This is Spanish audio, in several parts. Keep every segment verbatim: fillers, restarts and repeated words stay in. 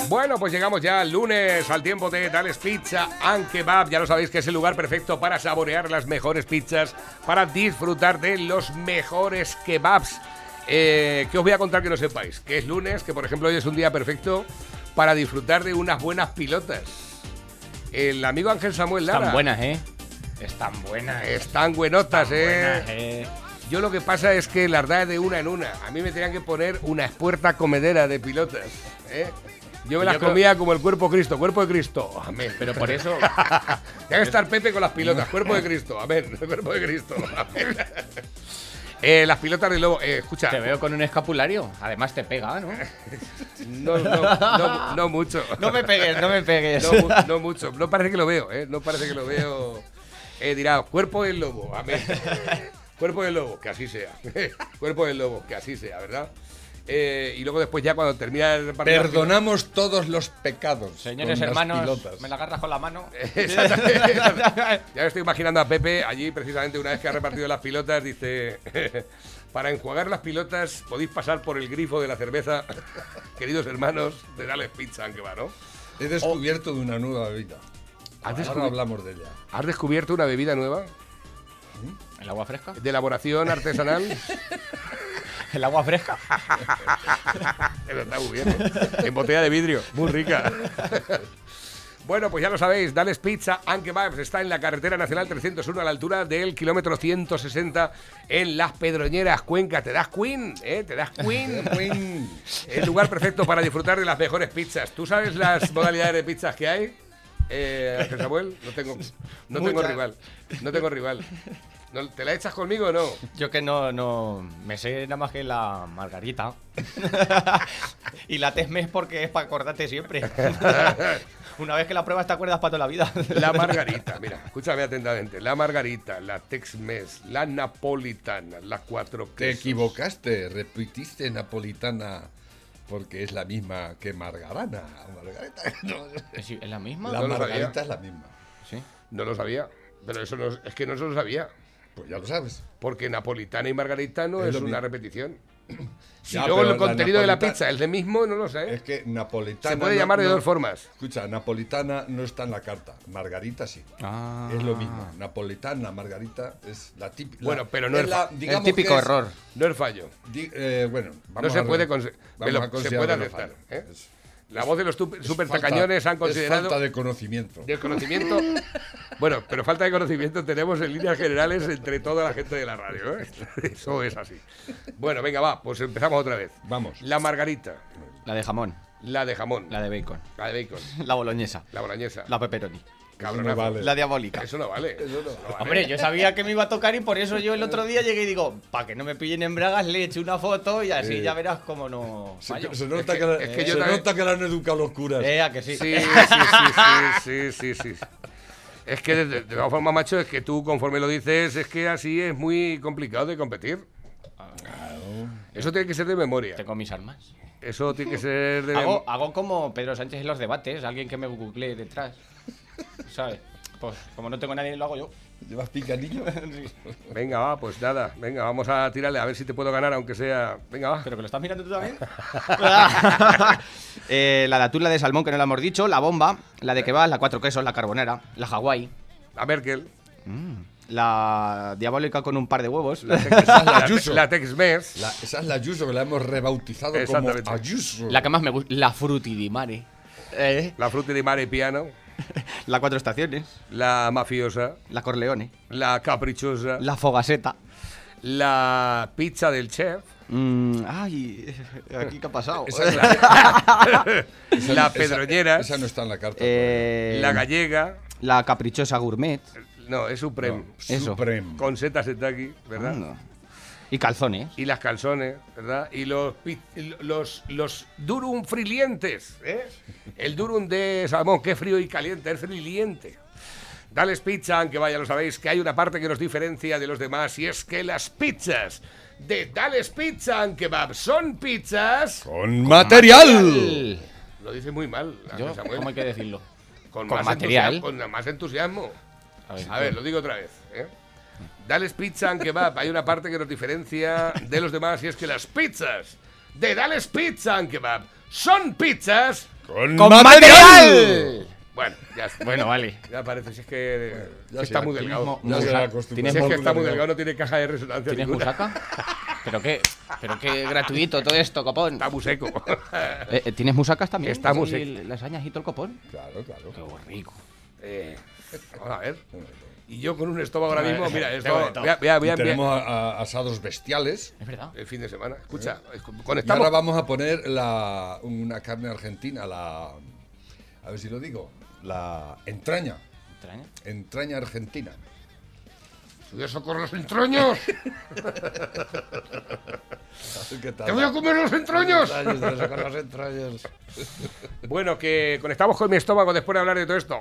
Bueno, pues llegamos ya al lunes, al tiempo de Dales Pizza and Kebab. Ya lo sabéis que es el lugar perfecto para saborear las mejores pizzas, para disfrutar de los mejores kebabs. Eh, ¿Qué os voy a contar que no sepáis? Que es lunes, que por ejemplo hoy es un día perfecto para disfrutar de unas buenas pilotas. El amigo Ángel Samuel Lara. Están buenas, ¿eh? Están buenas. Están buenotas, Están ¿eh? buenas, ¿eh? Yo lo que pasa es que las da de una en una. A mí me tenían que poner una espuerta comedera de pilotas, ¿eh? Yo me las Yo creo- comía como el cuerpo de Cristo, cuerpo de Cristo, amén. Pero por eso... Tiene que estar Pepe con las pilotas, cuerpo de Cristo, amén, cuerpo de Cristo, amén. Eh, las pilotas de lobo, eh, escucha. Te veo con un escapulario. Además te pega, ¿no? No, no, no, no mucho. No me pegues, no me pegues. No, mu- no mucho, no parece que lo veo, ¿eh? No parece que lo veo. Eh, dirá, cuerpo del lobo, amén. Cuerpo del lobo, que así sea. Cuerpo del lobo, que así sea, ¿verdad? Eh, y luego después ya cuando termina el partido... Perdonamos todos los pecados. Señores con las hermanos, pilotas. me la agarras con la mano. Exactamente. Ya me estoy imaginando a Pepe allí precisamente una vez que ha repartido las pilotas, dice... Para enjuagar las pilotas podéis pasar por el grifo de la cerveza, queridos hermanos, de Dales Pizza and Kebab, ¿no? He descubierto de una nueva bebida. ¿Has, Ahora descubri- hablamos de ella. ¿Has descubierto una bebida nueva? ¿El agua fresca? ¿De elaboración artesanal? ¿El agua fresca? Eso está muy bien, ¿eh? En botella de vidrio, muy rica. Bueno, pues ya lo sabéis, Dales Pizza and Kebabs está en la carretera nacional trescientos uno a la altura del kilómetro ciento sesenta en Las Pedroñeras, Cuenca. ¿Te das Queen? ¿Eh? ¿Te das Queen? El lugar perfecto para disfrutar de las mejores pizzas. ¿Tú sabes las modalidades de pizzas que hay? Eh, Ángel Samuel, no tengo, no tengo Muchas. rival. No tengo rival. ¿No- ¿Te la echas conmigo o no? Yo que no, no... Me sé nada más que la margarita. Y la Tesmes porque es para acordarte siempre. Una vez que la pruebas te acuerdas para toda la vida. La margarita, mira, escúchame atentamente. La margarita, la Tex-Mex, la napolitana, la cuatro Te quesos. equivocaste, repitiste napolitana porque es la misma que margarana. Margarita, no. ¿Es, es la misma? La No lo margarita sabía. es la misma. Sí. No lo sabía, pero eso no, es que no se lo sabía. Pues ya lo sabes. Porque napolitana y margarita no Es es, lo una mismo. repetición. Si Ya, luego pero el la contenido de la napolita- pizza es el mismo, no lo sé. Es que napolitana. Se puede no- llamar de no- dos formas. Escucha, napolitana no está en la carta. Margarita sí. Ah. Es lo mismo. Napolitana, margarita es la típica. Bueno, pero no es fa- El típico error. No es fallo. eh, bueno, No vamos se a puede, re- conse- vamos me lo- a se considerar puede que no aceptar. falla. ¿eh? Es- La voz de los tu- es super falta- tacañones han Es considerado... falta de conocimiento. Del conocimiento. Bueno, pero falta de conocimiento tenemos en líneas generales entre toda la gente de la radio, ¿eh? Eso es así. Bueno, venga, va, pues empezamos otra vez. Vamos. La margarita, La de jamón. la de jamón, La de bacon. la de bacon, La boloñesa. la boloñesa, La pepperoni. cabronazo. no vale. La diabólica. Eso no vale. Eso no vale. Hombre, yo sabía que me iba a tocar y por eso yo el otro día llegué y digo, para que no me pillen en bragas, le eché una foto y así Sí. ya verás cómo no Se, fallo. se nota Es que, que- la- es que yo se también- nota que la han educado los curas. Eh, ¿a que sí? Sí, sí, sí, sí, sí, sí, sí. Es que de, de todas formas, macho, es que tú conforme lo dices, es que así es muy complicado de competir. Eso tiene que ser de memoria. Tengo mis armas. Eso tiene que ser de Hago, hago como Pedro Sánchez en los debates, alguien que me googlee detrás. ¿Sabes? Pues como no tengo nadie, lo hago yo. ¿Llevas picanillo? Venga, va, pues nada. Venga, vamos a tirarle a ver si te puedo ganar, aunque sea. Venga, va. ¿Pero que lo estás mirando tú también? eh, la de atún, la de salmón, que no la hemos dicho. La bomba. La de kebab, la cuatro quesos, la carbonera. La Hawái. A Merkel. La diabólica con un par de huevos. La, Esa es la la, Ayuso. la Tex-Mex. La- esa es la Ayuso, que la hemos rebautizado como Exactamente. Ayuso. La que más me gusta. La frutti di mare. Eh, La fruta di mare piano. la cuatro estaciones. La mafiosa. La Corleone. La caprichosa. La fogaseta. La pizza del chef. Mm, ay, aquí qué ha pasado. Esa es la- La esa- Pedroñeras. Esa no está en la carta. Eh, La gallega. La caprichosa gourmet. No, es Supreme. No, eso. Supreme. Con setas aquí, ¿verdad? Anda. Y calzones. Y las calzones, ¿verdad? Y los pi- los, los durum frilientes, ¿eh? El durum de salmón, qué frío y caliente, es friliente. Dales Pizza, aunque vaya, lo sabéis, que hay una parte que nos diferencia de los demás y es que las pizzas de Dales Pizza and Kebab son pizzas... Con material. El- Lo dice muy mal, Yo, Ángel Samuel. ¿cómo hay que decirlo? Con, con más material. entusiasmo, con más entusiasmo. A ver, A ver, lo digo otra vez. ¿eh? Dales Pizza and Kebab. Hay una parte que nos diferencia de los demás y es que las pizzas de Dales Pizza and Kebab son pizzas ¡Con, ¡Con material! Bueno, ya está. Bueno, vale. Ya parece, si es que Ya está sí, muy ya delgado. Ya se Musa- ha acostumbrado. ¿Tienes Si es que Muy está muy delgado. delgado, no tiene caja de resonancia ¿Tienes ninguna. musaca? ¿Pero qué? ¿Pero qué gratuito todo esto, copón? Está muy seco. Eh, eh, ¿Tienes musacas también? Está muy Y seco. lasañas y todo el copón. Claro, claro. Qué rico. Eh, vamos a ver. Y yo con un estómago ahora mismo, mira, esto, Tengo de todo. voy a, voy a- voy Y a- tenemos a- a- asados bestiales. Es verdad. el fin de semana. Escucha, Y ahora conectamos. vamos a poner la, una carne argentina, la... A ver si lo digo. La entraña. Extraño. Entraña argentina. ¡Voy a socorrer los entroños! ¿Qué tal? ¡Te voy a comer los entroños! Entrañas, te voy a sacar las entrañas. Bueno, que conectamos con mi estómago después de hablar de todo esto.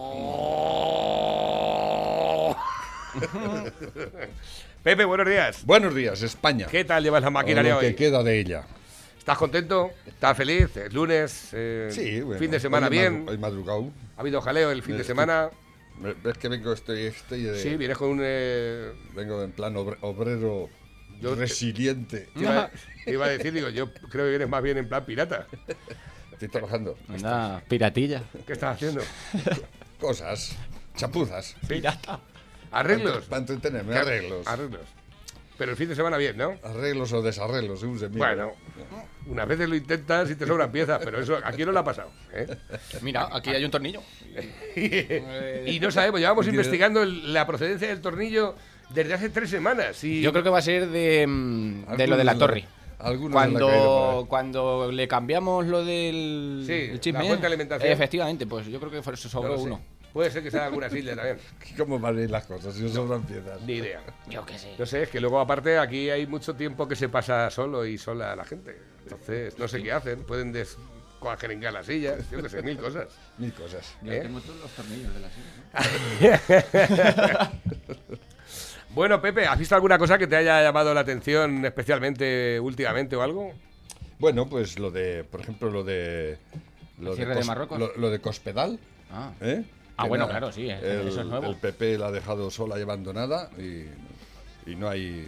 Pepe, buenos días. Buenos días, España. ¿Qué tal llevas la O maquinaria lo que hoy? queda de ella. ¿Estás contento? ¿Estás feliz? ¿Es lunes? eh, Sí, bueno. ¿Fin de semana hoy he bien? madru- Hoy madrugado. ¿Ha habido jaleo el fin de Eh, semana? ¿Ves que vengo? Estoy, estoy de- Sí, vienes con un... eh, vengo en plan obre- obrero Yo- resiliente. te iba, te iba a decir, digo, yo creo que vienes más bien en plan pirata. Estoy trabajando. Anda, piratilla. ¿Qué estás haciendo? Cosas, chapuzas. Pirata. ¿Arreglos? Para entretenerme, arreglos. Arreglos. Pero el fin de semana bien, ¿no? Arreglos o desarreglos, según se mire. Bueno, unas veces lo intentas y te sobran piezas, pero eso aquí no lo ha pasado. ¿eh? Mira, aquí hay un tornillo. Y no sabemos, llevamos Tiene- investigando el- la procedencia del tornillo desde hace tres semanas. Y Yo creo que va a ser de, mm, de lo de la Algunos torre. Algunos han caído por Cuando, ahí. cuando le cambiamos lo del Sí, el chisme, la fuente de alimentación. efectivamente, pues yo creo que fue- se no sobró lo sé. uno. Puede ser que sea alguna silla también. ¿Cómo van a ir las cosas si no sobran piezas? Ni idea. Yo qué sé. No sé, es que luego aparte aquí hay mucho tiempo que se pasa solo y sola la gente. Entonces, no sé qué hacen. Pueden descuajeringar las sillas, yo qué sé, mil cosas. Mil cosas. Yo ¿Eh? tengo todos los tornillos de la silla. Bueno, Pepe, ¿has visto alguna cosa que te haya llamado la atención especialmente últimamente o algo? Bueno, pues lo de, por ejemplo, lo de... Lo ¿El cierre de Cos- Marruecos? Lo, lo de Cospedal. Ah. ¿eh? Ah, Que bueno, nada, claro, sí, es- el, eso es nuevo. El P P la ha dejado sola y abandonada y, y no hay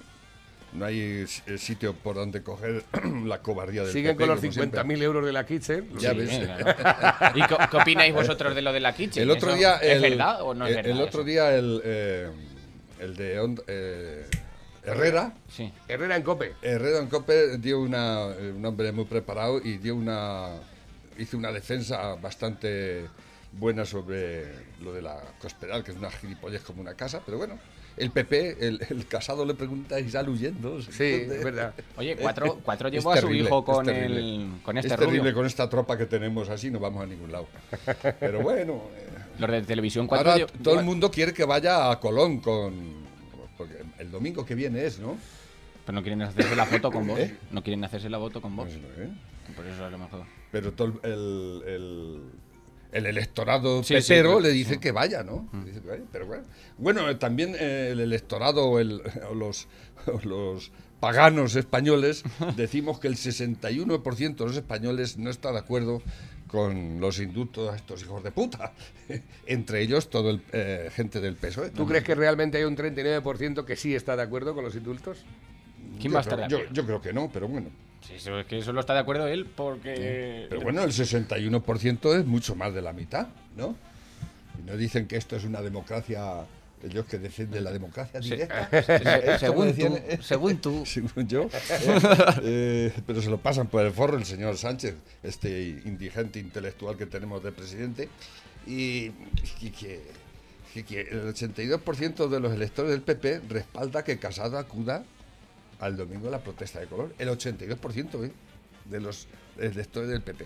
no hay s- sitio por donde coger la cobardía del Siguen P P, con los como cincuenta siempre. mil euros de la Kitchen. Ya Sí, ves. claro. ¿Y co- qué opináis vosotros de lo de la kitchen? El otro ¿Eso día... ¿Es el, verdad o no es el- verdad? El otro eso? día el, eh, el de Ond- eh, Herrera... Sí. Herrera en Cope. Herrera en Cope dio una, eh, un hombre muy preparado y dio una hizo una defensa bastante buena sobre lo de la Cospedal, que es una gilipollez como una casa, pero bueno, el P P, el, el Casado le pregunta y sale huyendo. Sí, es verdad. Oye, cuatro, cuatro Es llevó a su terrible, hijo es con, terrible. el, con este es terrible rubio. con esta tropa que tenemos así, no vamos a ningún lado. Pero bueno, eh, Los de televisión cuatro ahora lle- todo el lleva- mundo quiere que vaya a Colón con... Porque el domingo que viene es, ¿no? Pero no quieren hacerse la foto con vos. ¿Eh? No quieren hacerse la foto con vos. Pues no, ¿eh? Por eso a lo mejor. Pero todo el, el, el electorado Sí, petero sí, le dice que vaya, ¿no? Dice que vaya, pero bueno. Bueno, eh, también eh, el electorado o, el- o los, o los paganos españoles decimos que el sesenta y uno por ciento de los españoles no está de acuerdo con los indultos a estos hijos de puta. Entre ellos, todo el eh, gente del P S O E. ¿Tú crees que realmente hay un treinta y nueve por ciento que sí está de acuerdo con los indultos? ¿Quién Yo va a estar creo- de yo, acuerdo? yo creo que no, pero bueno. Sí, eso es que solo está de acuerdo él porque. Pero bueno, el sesenta y uno por ciento es mucho más de la mitad, ¿no? Y no dicen que esto es una democracia, ellos que defienden la democracia Sí. directa. Se- Es como según tú, decían, eh, según tú. según yo. eh, eh, pero se lo pasan por el forro el señor Sánchez, este indigente intelectual que tenemos de presidente. Y, y que, y que el ochenta y dos por ciento de los electores del P P respalda que Casado acuda al domingo a la protesta de color. El ochenta y dos por ciento ¿eh? de los electores del P P.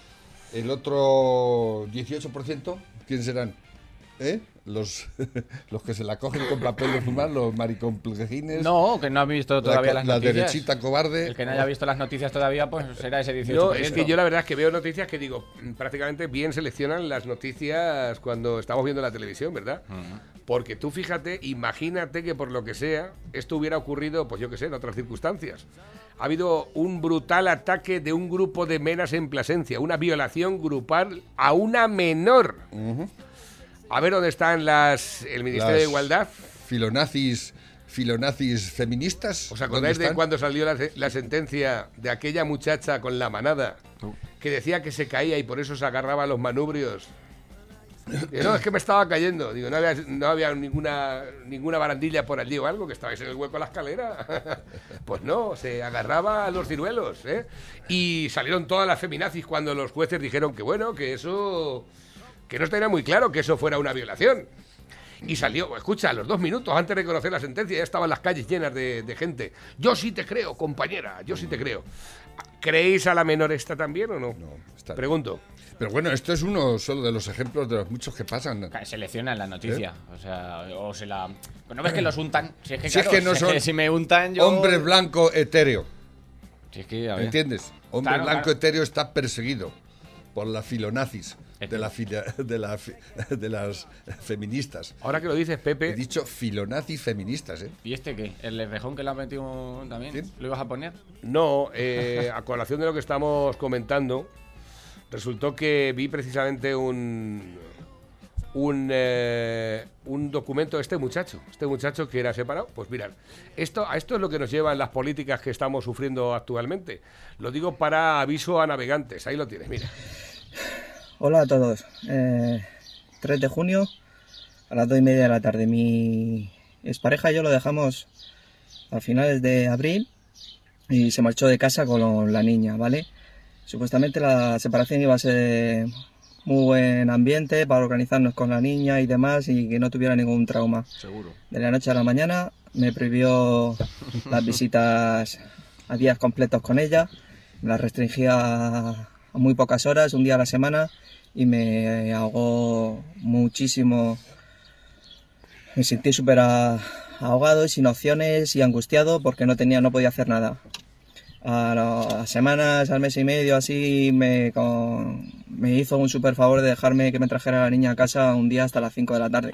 El otro dieciocho por ciento, ¿quién serán? ¿Eh? Los, los que se la cogen con papel de fumar, los mariconplejines. No, que no ha visto la, todavía co- las la noticias. derechita cobarde. El que no haya visto las noticias todavía, pues será ese dieciocho No, por es ciento. que yo la verdad es que veo noticias que digo, mm, prácticamente bien seleccionan las noticias cuando estamos viendo la televisión, ¿verdad? Porque tú fíjate, imagínate que por lo que sea, esto hubiera ocurrido, pues yo qué sé, en otras circunstancias. Ha habido un brutal ataque de un grupo de menas en Plasencia, una violación grupal a una menor. Ujú. A ver dónde están las el Ministerio Las de Igualdad. Filonazis, filonazis feministas. ¿Os ¿dónde acordáis de están? cuando salió la, la sentencia de aquella muchacha con la manada que decía que se caía y por eso se agarraba a los manubrios. Digo, no, es que me estaba cayendo. Digo, no había, no había ninguna, ninguna barandilla por allí o algo, que estabais en el hueco de la escalera. Pues no, se agarraba a los ciruelos, ¿eh? Y salieron todas las feminazis cuando los jueces dijeron que bueno, que eso, que no estaría muy claro que eso fuera una violación. Y salió, escucha, a los dos minutos antes de conocer la sentencia ya estaban las calles llenas de, de gente. Yo sí te creo, compañera, yo sí te creo. ¿Creéis a la menor esta también o no? No, está... Pregunto. Pero bueno, esto es uno solo de los ejemplos de los muchos que pasan. Seleccionan la noticia, ¿eh? O sea, o se la... Pues no ves que los untan. Si es que, si claro, es que no si son es que si me untan yo... hombre blanco etéreo. Si es que, a ver. ¿Entiendes? Hombre Claro, blanco claro. etéreo está perseguido por la filonazis de, la fila, de, la, de las feministas. Ahora que lo dices, Pepe... He dicho filonazis feministas, ¿eh? ¿Y este qué? ¿El lejón que le has metido también? ¿Sí? ¿Lo ibas a poner? No, eh, a colación de lo que estamos comentando, resultó que vi precisamente un un, eh, un documento de este muchacho, este muchacho que era separado. Pues mirad, esto, a esto es lo que nos llevan las políticas que estamos sufriendo actualmente. Lo digo para aviso a navegantes, ahí lo tienes, mira. Hola a todos, eh, tres de junio a las dos y media de la tarde. Mi expareja y yo lo dejamos a finales de abril y se marchó de casa con la niña, ¿vale? Supuestamente la separación iba a ser muy buen ambiente para organizarnos con la niña y demás y que no tuviera ningún trauma. Seguro. De la noche a la mañana me prohibió las visitas a días completos con ella, me las restringía a muy pocas horas, un día a la semana, y me ahogó muchísimo. Me sentí súper ahogado y sin opciones y angustiado porque no tenía, no podía hacer nada. A las semanas, al mes y medio así, me, con, me hizo un súper favor de dejarme que me trajera a la niña a casa un día hasta las cinco de la tarde.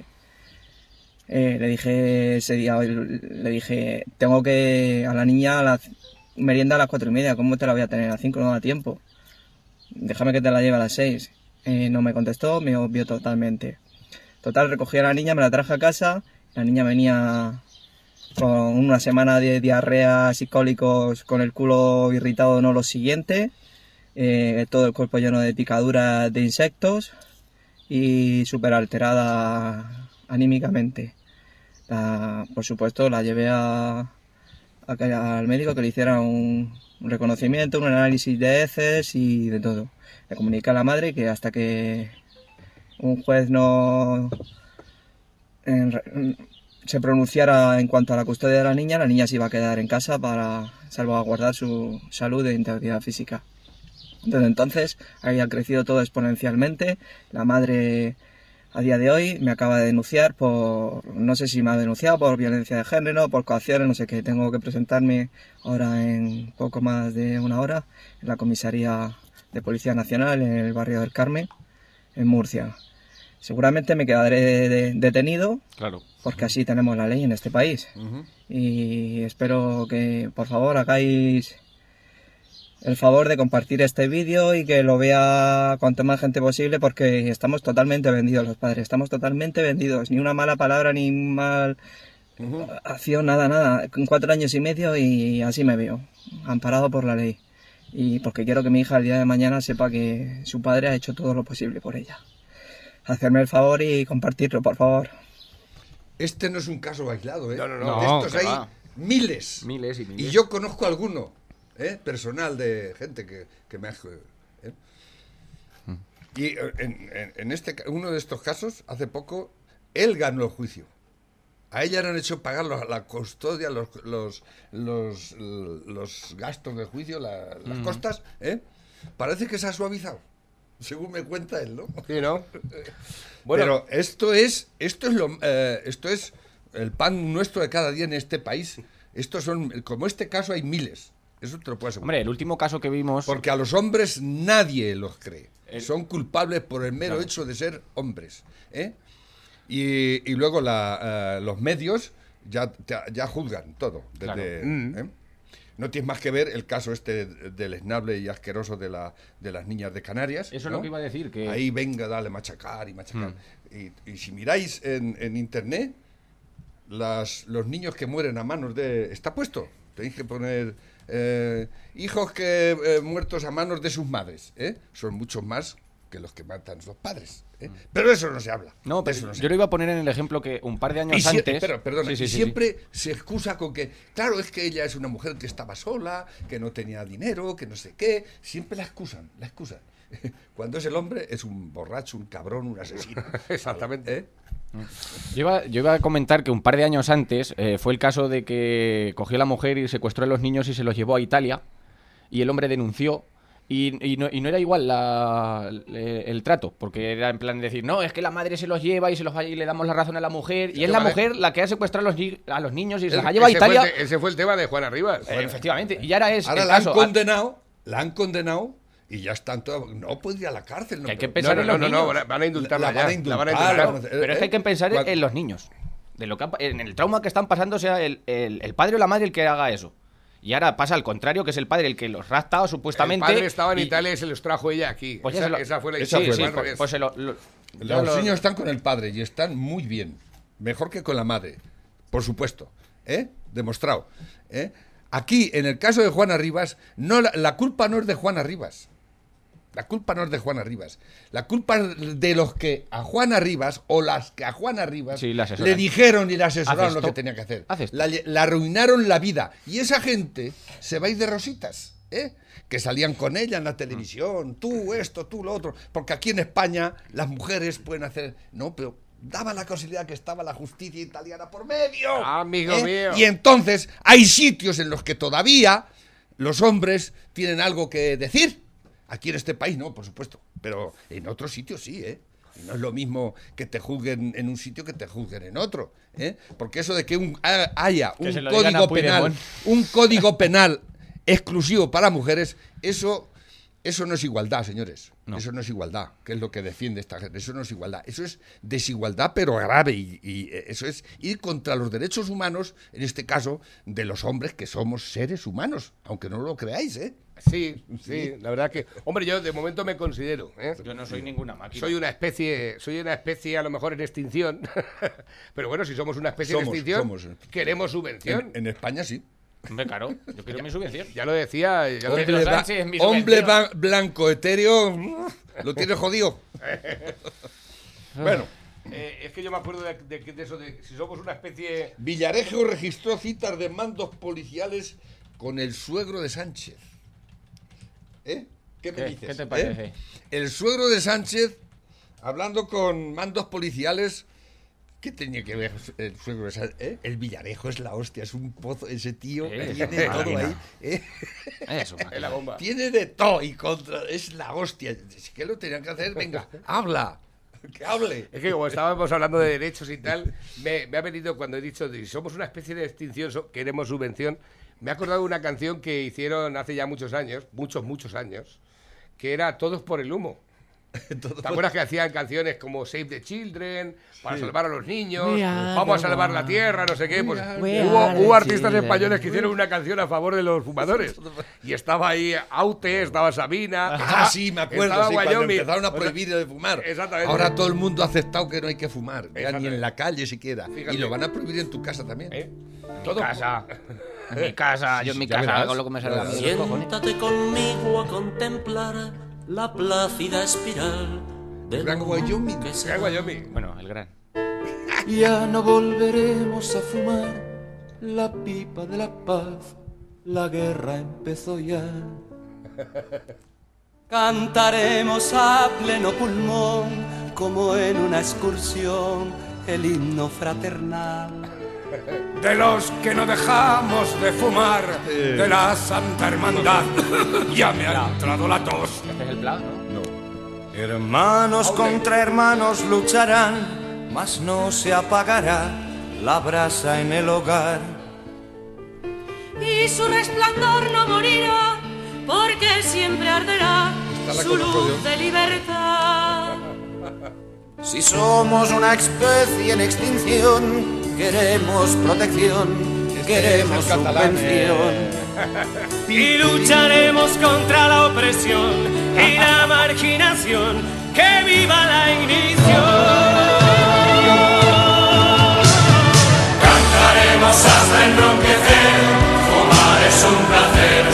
Eh, le dije ese día, le dije, tengo que a la niña a la merienda a las cuatro y media, ¿cómo te la voy a tener a las cinco? No da tiempo. Déjame que te la lleve a las seis. Eh, no me contestó, me obvió totalmente. Total, recogí a la niña, me la traje a casa, la niña venía con una semana de diarreas y cólicos, con el culo irritado, no lo siguiente, eh, todo el cuerpo lleno de picaduras de insectos y súper alterada anímicamente. La, por supuesto, la llevé a, a, al médico que le hiciera un, un reconocimiento, un análisis de heces y de todo. Le comuniqué a la madre que hasta que un juez no en, se pronunciara en cuanto a la custodia de la niña, la niña se iba a quedar en casa para salvaguardar su salud e integridad física. Desde entonces había crecido todo exponencialmente. La madre a día de hoy me acaba de denunciar por, no sé si me ha denunciado por violencia de género, por coacciones, no sé qué. Tengo que presentarme ahora en poco más de una hora en la comisaría de Policía Nacional en el barrio del Carmen, en Murcia. Seguramente me quedaré de, de, detenido, claro, porque así tenemos la ley en este país. Uh-huh. Y espero que, por favor, hagáis el favor de compartir este vídeo y que lo vea cuanto más gente posible, porque estamos totalmente vendidos los padres, estamos totalmente vendidos. Ni una mala palabra, ni mal uh-huh. acción, nada, nada. En cuatro años y medio y así me veo, amparado por la ley. Y porque quiero que mi hija el día de mañana sepa que su padre ha hecho todo lo posible por ella. Hacerme el favor y compartirlo, por favor. Este no es un caso aislado, ¿eh? No, no, no. no de estos hay va. miles. Miles y miles. Y yo conozco alguno, ¿eh? Personal de gente que, que me ha... ¿eh? Hmm. Y en, en, en este uno de estos casos, hace poco, él ganó el juicio. A ella le han hecho pagar los, la custodia, los, los, los, los gastos del juicio, la, las mm. costas, ¿eh? Parece que se ha suavizado. Según me cuenta él, ¿no? Sí, ¿no? Bueno, pero esto es, esto es lo, eh, esto es el pan nuestro de cada día en este país. Estos son, como este caso hay miles. Eso te lo puedo asegurar. Hombre, el último caso que vimos. Porque a los hombres nadie los cree. El... Son culpables por el mero claro. hecho de ser hombres, ¿eh? Y, y luego la, uh, los medios ya, ya juzgan todo. Desde, claro. ¿eh? No tienes más que ver el caso este deleznable y asqueroso de, la, de las niñas de Canarias. Eso ¿no? es lo que iba a decir. Que... Ahí venga, dale, machacar y machacar. Hmm. Y, y si miráis en, en internet, las, los niños que mueren a manos de... Está puesto. Tenéis que poner eh, hijos que eh, muertos a manos de sus madres, ¿eh? Son muchos más que los que matan sus padres, ¿eh? Pero eso no se habla. No, pero eso no se yo lo iba a poner en el ejemplo que un par de años y si, antes... Pero, perdona, Sí, sí, y sí, siempre sí. se excusa con que, claro, es que ella es una mujer que estaba sola, que no tenía dinero, que no sé qué. Siempre la excusan, la excusan. Cuando es el hombre, es un borracho, un cabrón, un asesino. Exactamente. ¿Eh? Yo iba, yo iba a comentar que un par de años antes eh, fue el caso de que cogió a la mujer y secuestró a los niños y se los llevó a Italia, y el hombre denunció. Y, y, no, y no era igual la, el, el trato, porque era en plan de decir, no, es que la madre se los lleva y se los va, y le damos la razón a la mujer, y es la vale. mujer la que ha secuestrado a los, ni- a los niños y se El- los ha llevado a ese fue Italia. el te- ese fue el tema de Juana Rivas. Eh, efectivamente, y ahora es Ahora el la han caso. condenado, la han condenado y ya están todos. No puede ir a la cárcel. No, Que hay que pero- pensar No, en no, los no, no, niños. van a indultarla La- la van a ya, la van a indultar, indultar. vamos a- Pero es que hay que pensar Cuando- en los niños. De lo que ha pa- en el trauma que están pasando, sea el, el, el padre o la madre el que haga eso. Y ahora pasa al contrario, que es el padre el que los rapta supuestamente. El padre estaba en y- Italia y se los trajo ella aquí. Pues esa, ya se lo- esa fue la esa historia. fue Sí, la- al pues, revés. pues se lo- lo- ya Los lo- niños están con el padre y están muy bien. Mejor que con la madre, por supuesto. ¿Eh? Demostrado. ¿Eh? Aquí, en el caso de Juana Rivas, no, la, la culpa no es de Juana Rivas. La culpa no es de Juana Rivas. La culpa es de los que a Juana Rivas, o las que a Juana Rivas, Sí, la asesoran. le dijeron y le Haz asesoraron lo esto. que tenía que hacer. Haz esto. La, la arruinaron la vida. Y esa gente se va a ir de rositas. ¿Eh? Que salían con ella en la televisión, tú esto, tú lo otro, porque aquí en España las mujeres pueden hacer, no, pero daba la casualidad que estaba la justicia italiana por medio. Ah, amigo ¿eh? mío. Y entonces hay sitios en los que todavía los hombres tienen algo que decir. Aquí en este país no, por supuesto, pero en otros sitios sí, ¿eh? Y no es lo mismo que te juzguen en un sitio que te juzguen en otro, ¿eh? Porque eso de que un, ha- haya Que un se lo digan a código penal, Puigdemont. un código penal exclusivo para mujeres, eso, eso no es igualdad, señores. No. Eso no es igualdad, que es lo que defiende esta gente. Eso no es igualdad. Eso es desigualdad, pero grave. Y, y eso es ir contra los derechos humanos, en este caso, de los hombres que somos seres humanos, aunque no lo creáis, ¿eh? Sí, sí, la verdad que... Hombre, yo de momento me considero, ¿eh? Yo no soy ninguna máquina. Soy una especie, soy una especie a lo mejor en extinción, pero bueno, si somos una especie Somos, en extinción, somos. queremos subvención. En, en España sí. Hombre, claro, yo quiero mi subvención. Ya lo decía, ya lo Pedro Hombre, decía. ba- Sánchez, mi hombre subvención. ba- blanco, etéreo, mm, lo tiene jodido. Bueno, Eh, es que yo me acuerdo de, de- de eso, de si somos una especie... Villarejo registró citas de mandos policiales con el suegro de Sánchez. ¿Eh? ¿Qué me ¿Qué- dices? qué te eh? parece? El suegro de Sánchez hablando con mandos policiales. ¿Qué tenía que ver el suegro de Sánchez? ¿Eh? El Villarejo es la hostia, es un pozo, ese tío Eh, tiene de todo máquina. ahí. ¿eh? Eso, Es la bomba. Tiene de todo y contra. Es la hostia. Es que lo tenían que hacer. Venga, habla. Que hable. Es que como estábamos hablando de derechos y tal, me, me ha venido cuando he dicho, si somos una especie de extinción, so- queremos subvención, me ha acordado de una canción que hicieron hace ya muchos años, muchos, muchos años, que era Todos por el humo. ¿Te acuerdas que hacían canciones como Save the Children, para salvar a los niños, We are vamos a the salvar la one. tierra, no sé qué? Pues We hubo, are hubo the artistas children. españoles que hicieron una canción a favor de los fumadores. Y estaba ahí Aute, estaba Sabina, Ah, estaba- sí, me acuerdo, estaba sí, cuando Wyoming. empezaron a O sea, prohibir de fumar. Exactamente. Ahora todo el mundo ha aceptado que no hay que fumar, ya ni Exactamente. en la calle siquiera. Fíjate. Y lo van a prohibir en tu casa también. ¿eh? En mi Todo- casa. En mi casa, yo en mi ya casa verás. hago lo que me salga a mí de los cojones. Siéntate conmigo a contemplar la plácida espiral del Gran humo Wyoming. que se Gran va. Wyoming. Bueno, el gran. Ya no volveremos a fumar la pipa de la paz, la guerra empezó ya. Cantaremos a pleno pulmón, como en una excursión, el himno fraternal. De los que no dejamos de fumar, de la Santa Hermandad, ya me ha entrado la tos. Este es el plan, ¿no? Hermanos contra hermanos lucharán, mas no se apagará la brasa en el hogar. Y su resplandor no morirá, porque siempre arderá Esta la su conozco luz yo. de libertad. Si somos una especie en extinción, queremos protección, queremos es el catalán, subvención. Y lucharemos contra la opresión y la marginación. ¡Que viva la ignición! Cantaremos hasta enronquecer, fumar es un placer,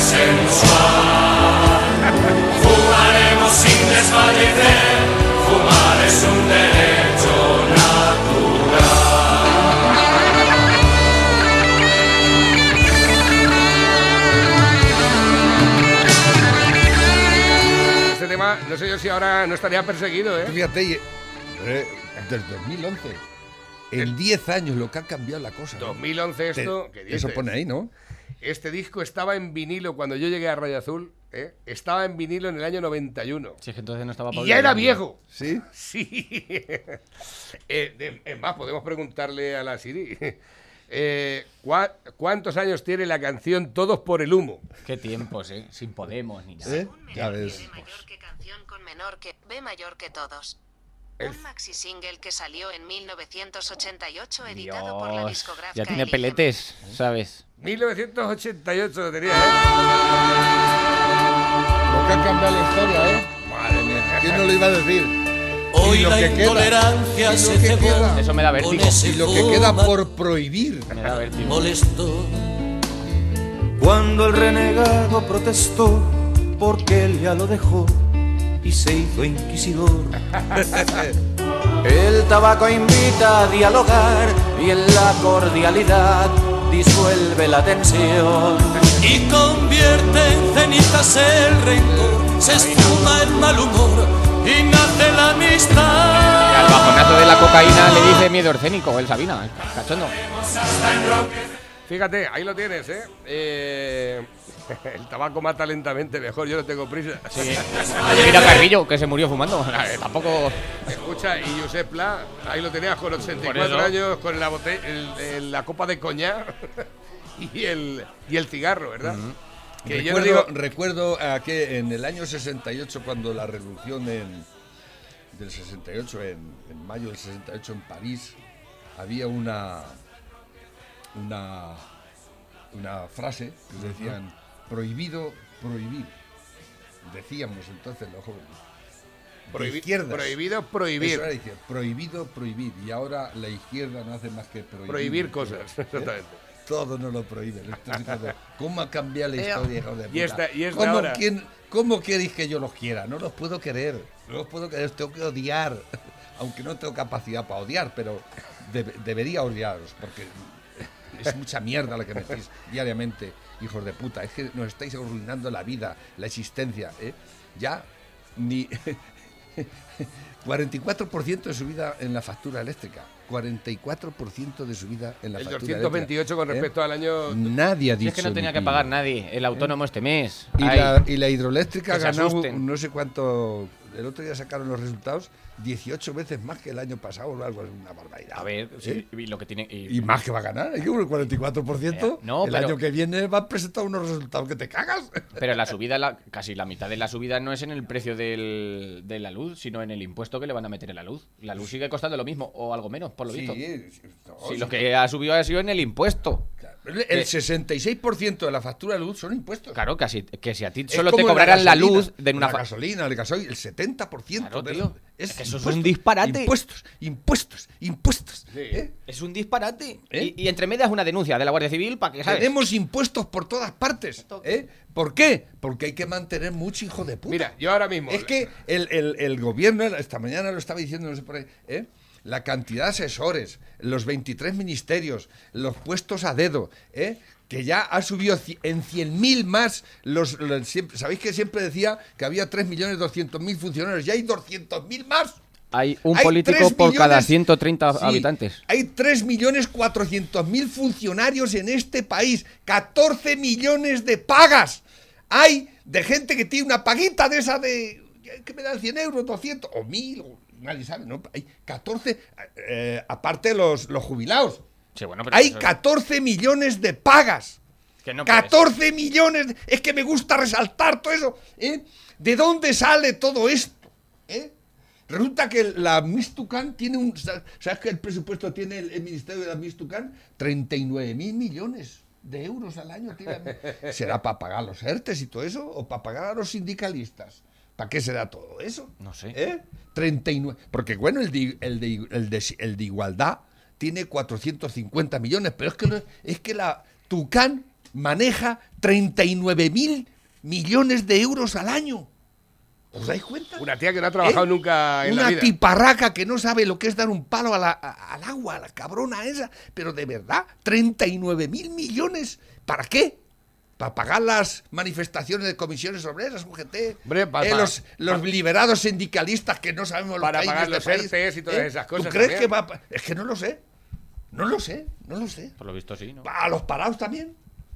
ahora, no sé yo si ahora no estaría perseguido, ¿eh? Fíjate, y, eh, desde dos mil once, en diez años lo que ha cambiado la cosa. ¿no? dos mil once esto, Te, ¿qué dices? eso pone ahí, ¿no? Este disco estaba en vinilo cuando yo llegué a Rayo Azul, ¿eh? Estaba en vinilo en el año noventa y uno. Sí, es que entonces no estaba Y Pablo ya era Iglesias. viejo. ¿Sí? Sí. eh, de- es más, podemos preguntarle a la Siri. Eh, ¿cuá- ¿Cuántos años tiene la canción Todos por el humo? Qué tiempos, ¿eh? Sin Podemos ni nada. ¿Eh? Ya ves. B mayor que canción con menor que B mayor que todos. El- Un maxi single que salió en mil novecientos ochenta y ocho editado por la Dios, discográfica ya tiene L G M. peletes, ¿sabes? mil novecientos ochenta y ocho lo tenía, ¿eh? Lo que ha cambiado la historia, ¿eh? Madre mía. ¿Quién no lo iba a decir? Hoy Y lo la que queda, intolerancia y lo se que cebó queda. Eso me da con vértigo. ese Y lo que queda fuma por prohibir. Me da vértigo. molestó. Cuando el renegado protestó porque él ya lo dejó y se hizo inquisidor. El tabaco invita a dialogar y en la cordialidad disuelve la tensión y convierte en cenizas el rencor, se esfuma el mal humor y nace la Y al amistad. bajonazo de la cocaína le dice miedo escénico, el Sabina, el cachondo. Fíjate, ahí lo tienes, ¿eh? Eh, El tabaco mata lentamente, mejor, yo no tengo prisa. Sí. Mira Carrillo, que se murió fumando. Tampoco. Escucha, y Josep Pla, ahí lo tenías con ochenta y Por cuatro eso. años, con la, bote- el- el- la copa de coñac y el, y el cigarro, ¿verdad? Que yo no Recuerdo, digo, recuerdo a que en el año sesenta y ocho, cuando la revolución en, del sesenta y ocho, en, en mayo del sesenta y ocho en París, había una, una, una frase que decían, prohibido prohibir. Decíamos entonces los jóvenes. de prohibi- izquierdas. prohibido prohibir. Eso era decir, prohibido prohibir. Y ahora la izquierda no hace más que prohibir. Prohibir cosas, ¿Eh? exactamente. Todo no lo prohíben. Esto es como, ¿cómo ha cambiado la historia, hijo de puta? Y esta- y esta ¿Cómo, ahora. quién- ¿Cómo queréis que yo los quiera? No los puedo querer. No los puedo querer, os tengo que odiar. Aunque no tengo capacidad para odiar, pero deb- debería odiaros, porque es mucha mierda la que metís diariamente, hijos de puta. Es que nos estáis arruinando la vida, la existencia. ¿eh? Ya ni cuarenta y cuatro por ciento de subida en la factura eléctrica. cuarenta y cuatro por ciento de subida en la El factura doscientos veintiocho con eléctrica. respecto al año. Nadie ha Si dicho. es que no tenía ni que pi. pagar nadie, el autónomo este mes. Y Ay, la, y la hidroeléctrica ha que se ganado asusten. no sé cuánto. El otro día sacaron los resultados, dieciocho veces más que el año pasado o algo, es una barbaridad. A ver, sí, ¿Eh? y lo que tiene. y- Y más que va a ganar, hay que un cuarenta y cuatro por ciento. Eh, no, el pero- año que viene va a presentar unos resultados que te cagas. Pero la subida, la, casi la mitad de la subida no es en el precio del, de la luz, sino en el impuesto que le van a meter en la luz. La luz sigue costando lo mismo, o algo menos, por lo visto. Sí, no, Si sí, lo que ha subido ha sido en el impuesto. El el sesenta y seis por ciento de la factura de luz son impuestos. Claro, casi, que si a ti Es solo te como cobraran la, gasolina, luz de una la fa- gasolina, el gasoil, el setenta por ciento Claro, de tío. lo- Es que eso es impuestos, un disparate. Impuestos, impuestos, impuestos. ¿eh? Es un disparate. ¿Eh? Y, y entre medias una denuncia de la Guardia Civil para que, ¿sabes? Tenemos impuestos por todas partes. ¿eh? ¿Por qué? Porque hay que mantener mucho hijo de puta. Mira, yo ahora mismo. Es que el, el- el gobierno, esta mañana lo estaba diciendo, no sé por ahí, ¿eh? la cantidad de asesores, los veintitrés ministerios, los puestos a dedo, ¿eh? que ya ha subido ci- en cien mil más. Los, los- siempre- ¿Sabéis que siempre decía que había tres millones doscientos mil funcionarios? Ya hay doscientos mil más. Hay un Hay político tres por cada millones- ciento treinta Sí, habitantes. Hay tres millones cuatrocientos mil funcionarios en este país, catorce millones de pagas. Hay de gente que tiene una paguita de esa de, que me dan cien euros, doscientos o mil, o nadie sabe, ¿no? Hay catorce, eh, aparte los, los jubilados. Sí, bueno, pero Hay eso- catorce millones de pagas. que no puedes. catorce millones. de- Es que me gusta resaltar todo eso. ¿eh? ¿De dónde sale todo esto? ¿Eh? Resulta que la Mistucan tiene un... ¿Sabes que el presupuesto tiene el, el Ministerio de la Mistucan? treinta y nueve mil millones de euros al año. Tiene. ¿Será para pagar los ERTES y todo eso? ¿O para pagar a los sindicalistas? ¿Para qué será todo eso? No sé. ¿Eh? treinta y nueve. Porque bueno, el de, el de, el de, el de igualdad tiene cuatrocientos cincuenta millones, pero es que, lo- es que la Tucán maneja treinta y nueve mil millones de euros al año. ¿Os dais cuenta? Una tía que no ha trabajado ¿Eh? nunca en Una la vida. tiparraca que no sabe lo que es dar un palo a la- a- al agua, a la cabrona esa. Pero de verdad, treinta y nueve mil millones. ¿Para qué? para pagar las manifestaciones de comisiones obreras, U G T, Hombre, pa, eh, pa, los, los pa, liberados sindicalistas que no sabemos lo para que hay pagar en los este país. ERTEs y todas ¿Eh? esas cosas ¿Tú crees también? que va a... Es que no lo sé. No lo sé, no lo sé. Por lo visto sí, ¿no? ¿A los parados también?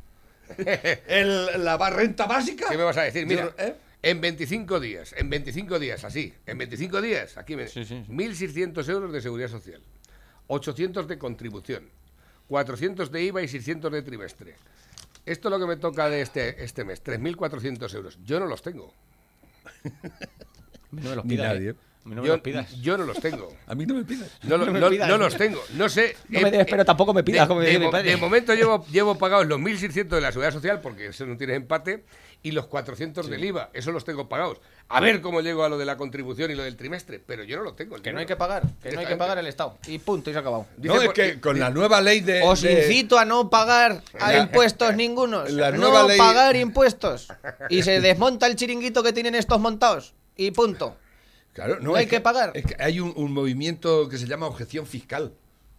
El, ¿La renta básica? ¿Qué me vas a decir? Mira, Yo- ¿eh? en veinticinco días, en veinticinco días, así, en veinticinco días, aquí me... Sí, sí, sí. mil seiscientos euros de seguridad social, ochocientos de contribución, cuatrocientos de I V A y seiscientos de trimestre. Esto es lo que me toca de este, este mes, tres mil cuatrocientos euros. Yo no los tengo. No me los Ni pidas. nadie. ¿eh? A mí no me yo, los pidas. yo no los tengo. A mí no me pidas. No, lo- No me no- pidas. no los tengo. No sé. No me eh, des, pero tampoco me pidas, de, como de decía mi mo- padre. de momento llevo, llevo pagados los mil seiscientos de la seguridad social porque eso no tiene empate y los cuatrocientos del I V A. Eso los tengo pagados. A ver cómo llego a lo de la contribución y lo del trimestre. Pero yo no lo tengo. el Que no hay dinero. que pagar, que no hay que pagar el Estado. Y punto, y se ha acabado. Dice No, es por- que con la nueva ley de... Os de- incito a no pagar a La- impuestos ningunos. la nueva No ley- pagar impuestos. Y se desmonta el chiringuito que tienen estos montados. Y punto. Claro, No hay es que pagar. Es que hay un, un movimiento que se llama objeción fiscal,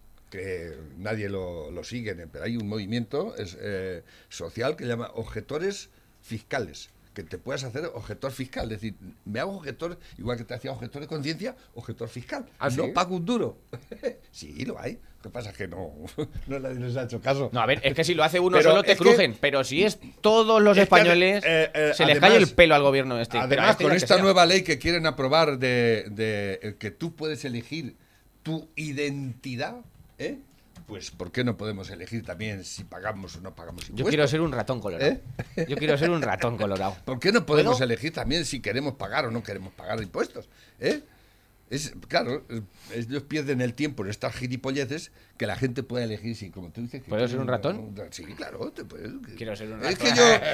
que nadie lo, lo sigue, pero hay un movimiento es, eh, social que se llama objetores fiscales, que te puedes hacer objetor fiscal, es decir, me hago objetor, igual que te hacía objetor de conciencia, objetor fiscal. ¿Ah, no sí? pago un duro. Sí, lo hay. Lo que pasa es que no, no nadie les ha hecho caso. No, a ver, es que si lo hace uno Pero solo te es que- crujen. Pero si es todos los Es que, españoles, eh, eh, se les además- cae el pelo al gobierno este. Pero a Además, este y con al que esta sea. nueva ley que quieren aprobar de, de, eh, que tú puedes elegir tu identidad, ¿eh? Pues ¿por qué no podemos elegir también si pagamos o no pagamos impuestos? Yo quiero ser un ratón colorado. ¿Eh? Yo quiero ser un ratón colorado. ¿Por qué no podemos ¿Puedo? elegir también si queremos pagar o no queremos pagar impuestos? ¿Eh? Es, claro, eh, ellos pierden el tiempo en estas gilipolleces que la gente pueda elegir si, como tú dices... que ¿Puedo quiere ser un ratón? Sí, claro. Te puedes, que- Quiero ser un Es ratón. que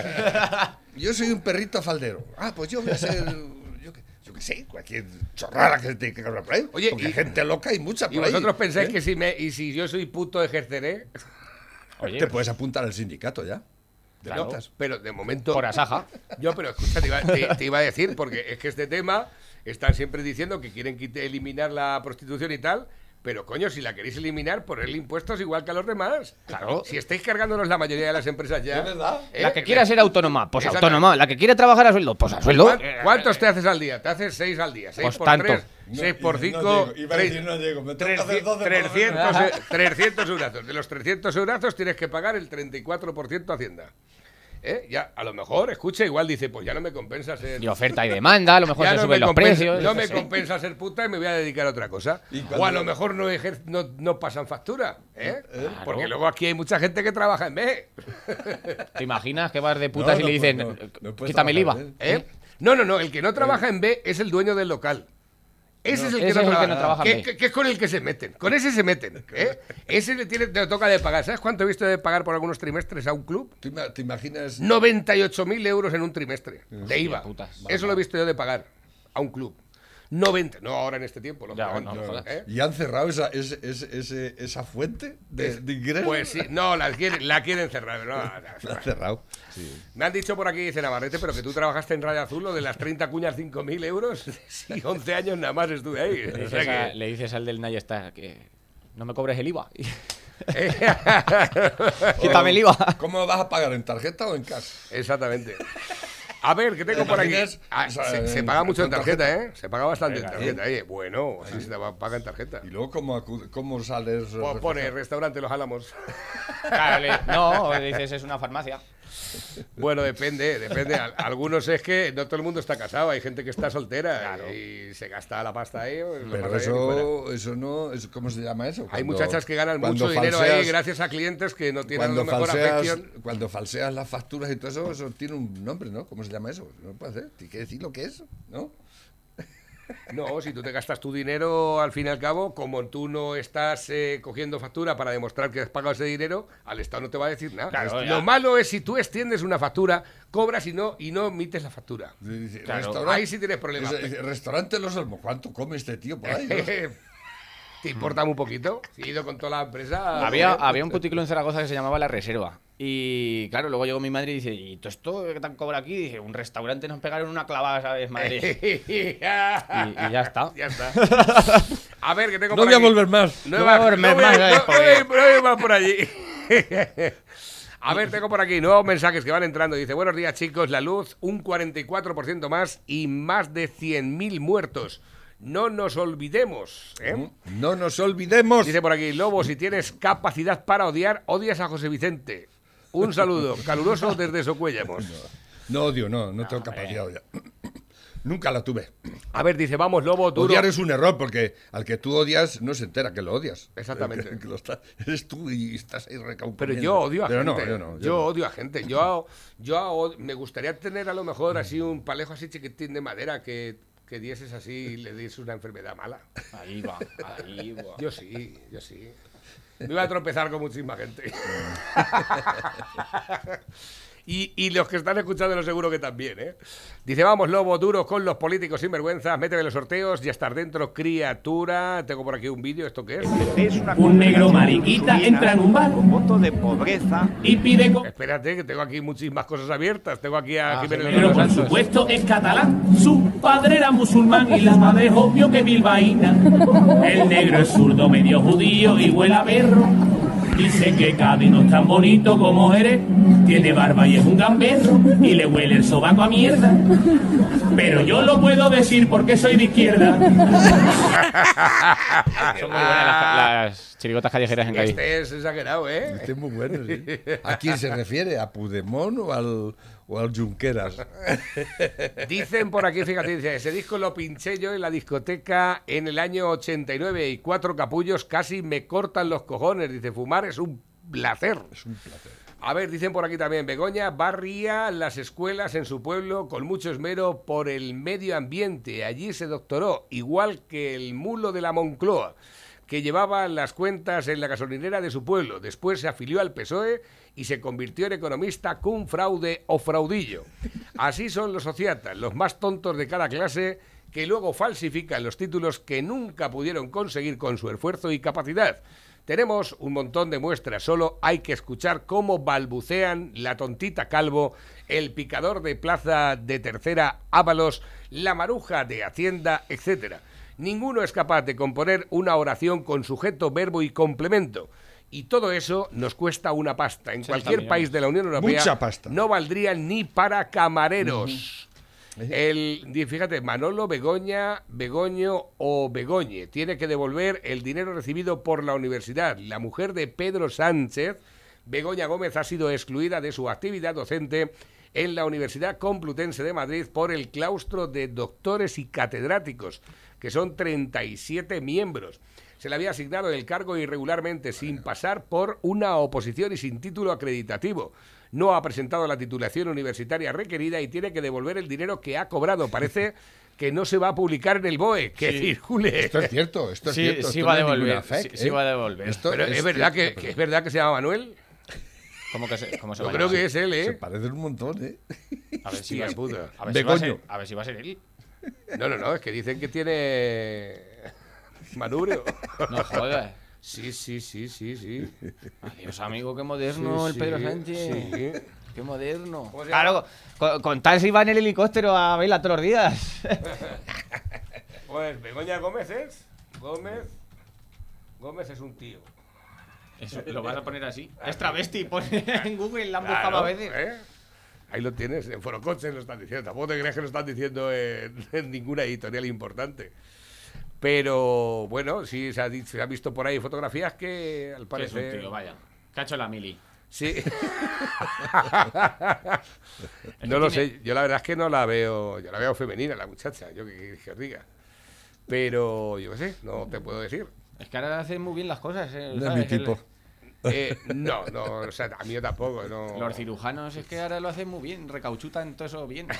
yo... Yo soy un perrito faldero. Ah, pues yo voy a ser... Yo, qué- yo qué sé, cualquier chorrada que te que por ahí. Oye, porque y- gente loca hay mucha por ¿Y ahí. vosotros pensáis ¿eh? que si, me, y si yo soy puto ejerceré? Oye, Te puedes apuntar al sindicato ya. De Claro. locas. Pero de momento... por Asaja. Yo, pero escucha, te iba, te- te iba a decir, porque es que este tema están siempre diciendo que quieren quite- eliminar la prostitución y tal, pero coño, si la queréis eliminar, ponerle impuestos igual que a los demás. Claro. Si estáis cargándonos la mayoría de las empresas ya. Es verdad. ¿eh? La que quiera ser autónoma, pues Exacto. autónoma. La que quiere trabajar a sueldo, pues a sueldo. ¿Cuán- ¿Cuántos te haces al día? Te haces seis al día. Seis Pues por tanto. tres, seis por No cinco. llego, iba a decir, no llego, me tengo que hacer doce por trescientos, eh, trescientos eurazos. De los trescientos eurazos tienes que pagar el treinta y cuatro por ciento a Hacienda. ¿Eh? Ya, a lo mejor, escucha, igual dice, pues ya no me compensa ser... Y oferta y demanda, a lo mejor Ya se no suben me los compensa, precios. no yo me qué sé. compensa ser puta y me voy a dedicar a otra cosa. ¿Y O cuándo- a lo mejor no, ejer- no, no pasan factura. ¿eh? Porque Claro. luego aquí hay mucha gente que trabaja en B. ¿Te imaginas que vas de putas No, y no, le dicen, no, no puedes quítame el I V A? trabajar, ¿eh? No, no, no. El que no trabaja en B es el dueño del local. Ese es el que, ese no, es el que trabaja, no trabaja en que, B. que- que es con el que se meten. Con ese se meten. ¿eh? Ese le, tiene, le toca de pagar. ¿Sabes cuánto he visto de pagar por algunos trimestres a un club? ¿Te, ima- te imaginas? noventa y ocho mil euros en un trimestre de I V A. putas. Eso lo he visto yo de pagar a un club. noventa, no ahora en este tiempo, Ya, lógicamente. no, jodas. ¿eh? ¿Y han cerrado esa, ese- ese- ese- esa fuente de, de ingresos? Pues sí, no, la quieren, la quieren cerrar. No, La han cerrado. Sí. me han dicho por aquí, dice Navarrete, pero que tú trabajaste en Raya Azul, lo de las treinta cuñas, cinco mil euros. Sí, once años nada más estuve ahí. Le O dices, sea a- que- le dices al del Nayesta que no me cobres el I V A. Eh, Quítame el I V A. ¿Cómo vas a pagar? ¿En tarjeta o en cash? Exactamente. A ver, ¿qué tengo ¿Te por aquí? imaginas? Ah, O sea, se, se en- paga mucho en con tarjeta, tarjeta. ¿eh? Se paga bastante en Venga, tarjeta. Oye, bueno, así se te va- paga en tarjeta. ¿Y luego cómo, acude- cómo sales? Pues pone restaurante Los Álamos. Claro, le- no, le dices, es una farmacia. Bueno, depende, depende. Al- Algunos es que no todo el mundo está casado, hay gente que está soltera Claro. y se gasta la pasta ahí. pues lo Pero pasa bien y fuera. eso, eso no, eso- ¿cómo se llama eso? Hay Cuando- muchachas que ganan cuando mucho dinero ahí falseas- gracias a clientes que no tienen a Cuando lo mejor falseas, afección. cuando falseas las facturas y todo eso, eso tiene un nombre, ¿no? ¿Cómo se llama eso? No puede hacer. Tienes que decir lo que es, ¿no? No, si tú te gastas tu dinero, al fin y al cabo, como tú no estás eh, cogiendo factura para demostrar que has pagado ese dinero, al Estado no te va a decir nada. Claro, Lo ya. malo es si tú extiendes una factura, cobras y no, y no emites la factura. Dice, Claro, restaurante- ahí sí tienes problemas. Dice, dice, Restaurante Los Olmos. ¿Cuánto come este tío por ahí? no? ¿Te importa muy poquito? Si he ido con toda la empresa. Había, joder. había un puticlo en Zaragoza que se llamaba La Reserva. Y claro, luego llegó mi madre y dice, ¿y todo esto que te han cobrado aquí? Dice, un restaurante nos pegaron una clavada, ¿sabes, madre? y, y ya está. Ya está. A ver, que tengo No por voy a aquí. volver más. No, No va- voy a volver no voy a- más, ¿sabes? no- no voy- no voy más por allí. A ver, tengo por aquí nuevos mensajes que van entrando. Dice, buenos días chicos, la luz un cuarenta y cuatro por ciento más y más de cien mil muertos. No nos olvidemos, ¿eh? No nos olvidemos. Dice por aquí, Lobo, si tienes capacidad para odiar, odias a José Vicente. Un saludo caluroso desde Socuéllamos. No, no odio, no, no, no tengo capacidad de odiar. Nunca la tuve. A ver, dice, vamos, Lobo, duro. Odiar es un error, porque al que tú odias no se entera que lo odias. Exactamente. Que, que lo está, eres tú y estás ahí recaudiendo. Pero yo odio a Pero gente. No, yo no. Yo, yo no. odio a gente. Yo, yo me gustaría tener a lo mejor así un palejo así chiquitín de madera que, que dieses así y le diese una enfermedad mala. Ahí va, ahí va. Yo sí, yo sí. Me iba a tropezar con muchísima gente. Y, y los que están escuchando lo seguro que también, ¿eh? Dice, vamos, Lobo, duros con los políticos sinvergüenzas, méteme los sorteos, ya estar dentro, criatura. Tengo por aquí un vídeo, ¿esto qué es? Es una Un negro mariquita entra en un bar con voto de pobreza. y pide... co- Espérate, que tengo aquí muchísimas cosas abiertas. Tengo aquí a Ah, Jiménez Jiménez de Pero los por Santos. supuesto es catalán. Su padre era musulmán y la madre es obvio que bilbaína. El negro es zurdo, medio judío y huele a berro. Dice que Cádiz no es tan bonito como Jerez. Tiene barba y es un gamberro y le huele el sobaco a mierda. Pero yo lo puedo decir porque soy de izquierda. Son muy buenas las, las chirigotas callejeras en Cádiz. Este es exagerado, ¿eh? Este es muy bueno, sí. ¿A quién se refiere? ¿A Puigdemont o al, o al Junqueras? Dicen por aquí, fíjate, dice, ese disco lo pinché yo en la discoteca en el año ochenta y nueve y cuatro capullos casi me cortan los cojones. Dice, fumar es un placer. Es un placer. A ver, dicen por aquí también, Begoña barría las escuelas en su pueblo con mucho esmero por el medio ambiente. Allí se doctoró, igual que el mulo de la Moncloa, que llevaba las cuentas en la gasolinera de su pueblo. Después se afilió al P S O E y se convirtió en economista cum fraude o fraudillo. Así son los sociatas, los más tontos de cada clase, que luego falsifican los títulos que nunca pudieron conseguir con su esfuerzo y capacidad. Tenemos un montón de muestras, solo hay que escuchar cómo balbucean la tontita Calvo, el picador de Plaza de Tercera Ábalos, la maruja de Hacienda, etcétera. Ninguno es capaz de componer una oración con sujeto, verbo y complemento. Y todo eso nos cuesta una pasta. En cualquier país de la Unión Europea Mucha pasta. no valdrían ni para camareros. El, fíjate, Manolo, Begoña, Begoño o Begoñe tiene que devolver el dinero recibido por la universidad. La mujer de Pedro Sánchez, Begoña Gómez, ha sido excluida de su actividad docente en la Universidad Complutense de Madrid por el claustro de doctores y catedráticos, que son treinta y siete miembros. Se le había asignado el cargo irregularmente, sin pasar por una oposición y sin título acreditativo. No ha presentado la titulación universitaria requerida y tiene que devolver el dinero que ha cobrado. Parece que no se va a publicar en el B O E. ¡Que Sí. circule! Esto es cierto, esto es Sí, cierto. sí esto va a no es devolver, ninguna fake, sí- sí ¿eh? va a devolver. Esto Pero es verdad que, cierto, que es pero- verdad que se llama Manuel. ¿Cómo, que se, cómo se Yo va a creo llamar? que es él, Se ¿eh? parecen un montón, ¿eh? A ver si Hostia va a ser- puta. a ver si va a ser- Begoño. a ver si va a ser él. No, no, no, es que dicen que tiene manubrio. No jodas. Sí, sí, sí, sí, sí. Adiós, amigo, qué moderno Sí, el Pedro sí, Sánchez. sí. Qué moderno. ¿Cómo se llama? Claro, con, con tal si va en el helicóptero a verla todos los días. Pues Begoña Gómez es. Gómez. Gómez es un tío. Eso, lo vas a poner así. Es travesti, pone en Google, la han buscado Claro, a veces. ¿eh? Ahí lo tienes, en Forocoches lo están diciendo. Tampoco te creas que lo están diciendo en, en ninguna editorial importante. Pero bueno, sí se ha, dicho- se ha visto por ahí fotografías que al Que es parecer. un tío, vaya. Cacho la mili. Sí. No lo sé, yo la verdad es que no la veo, yo la veo femenina la muchacha, yo que, que os diga. Pero yo qué sé, no te puedo decir. Es que ahora hacen muy bien las cosas, ¿eh? No es ¿sabes? mi tipo. Eh, no, no, o sea, a mí yo tampoco, no. Los cirujanos es que ahora lo hacen muy bien, recauchutan todo eso bien. Es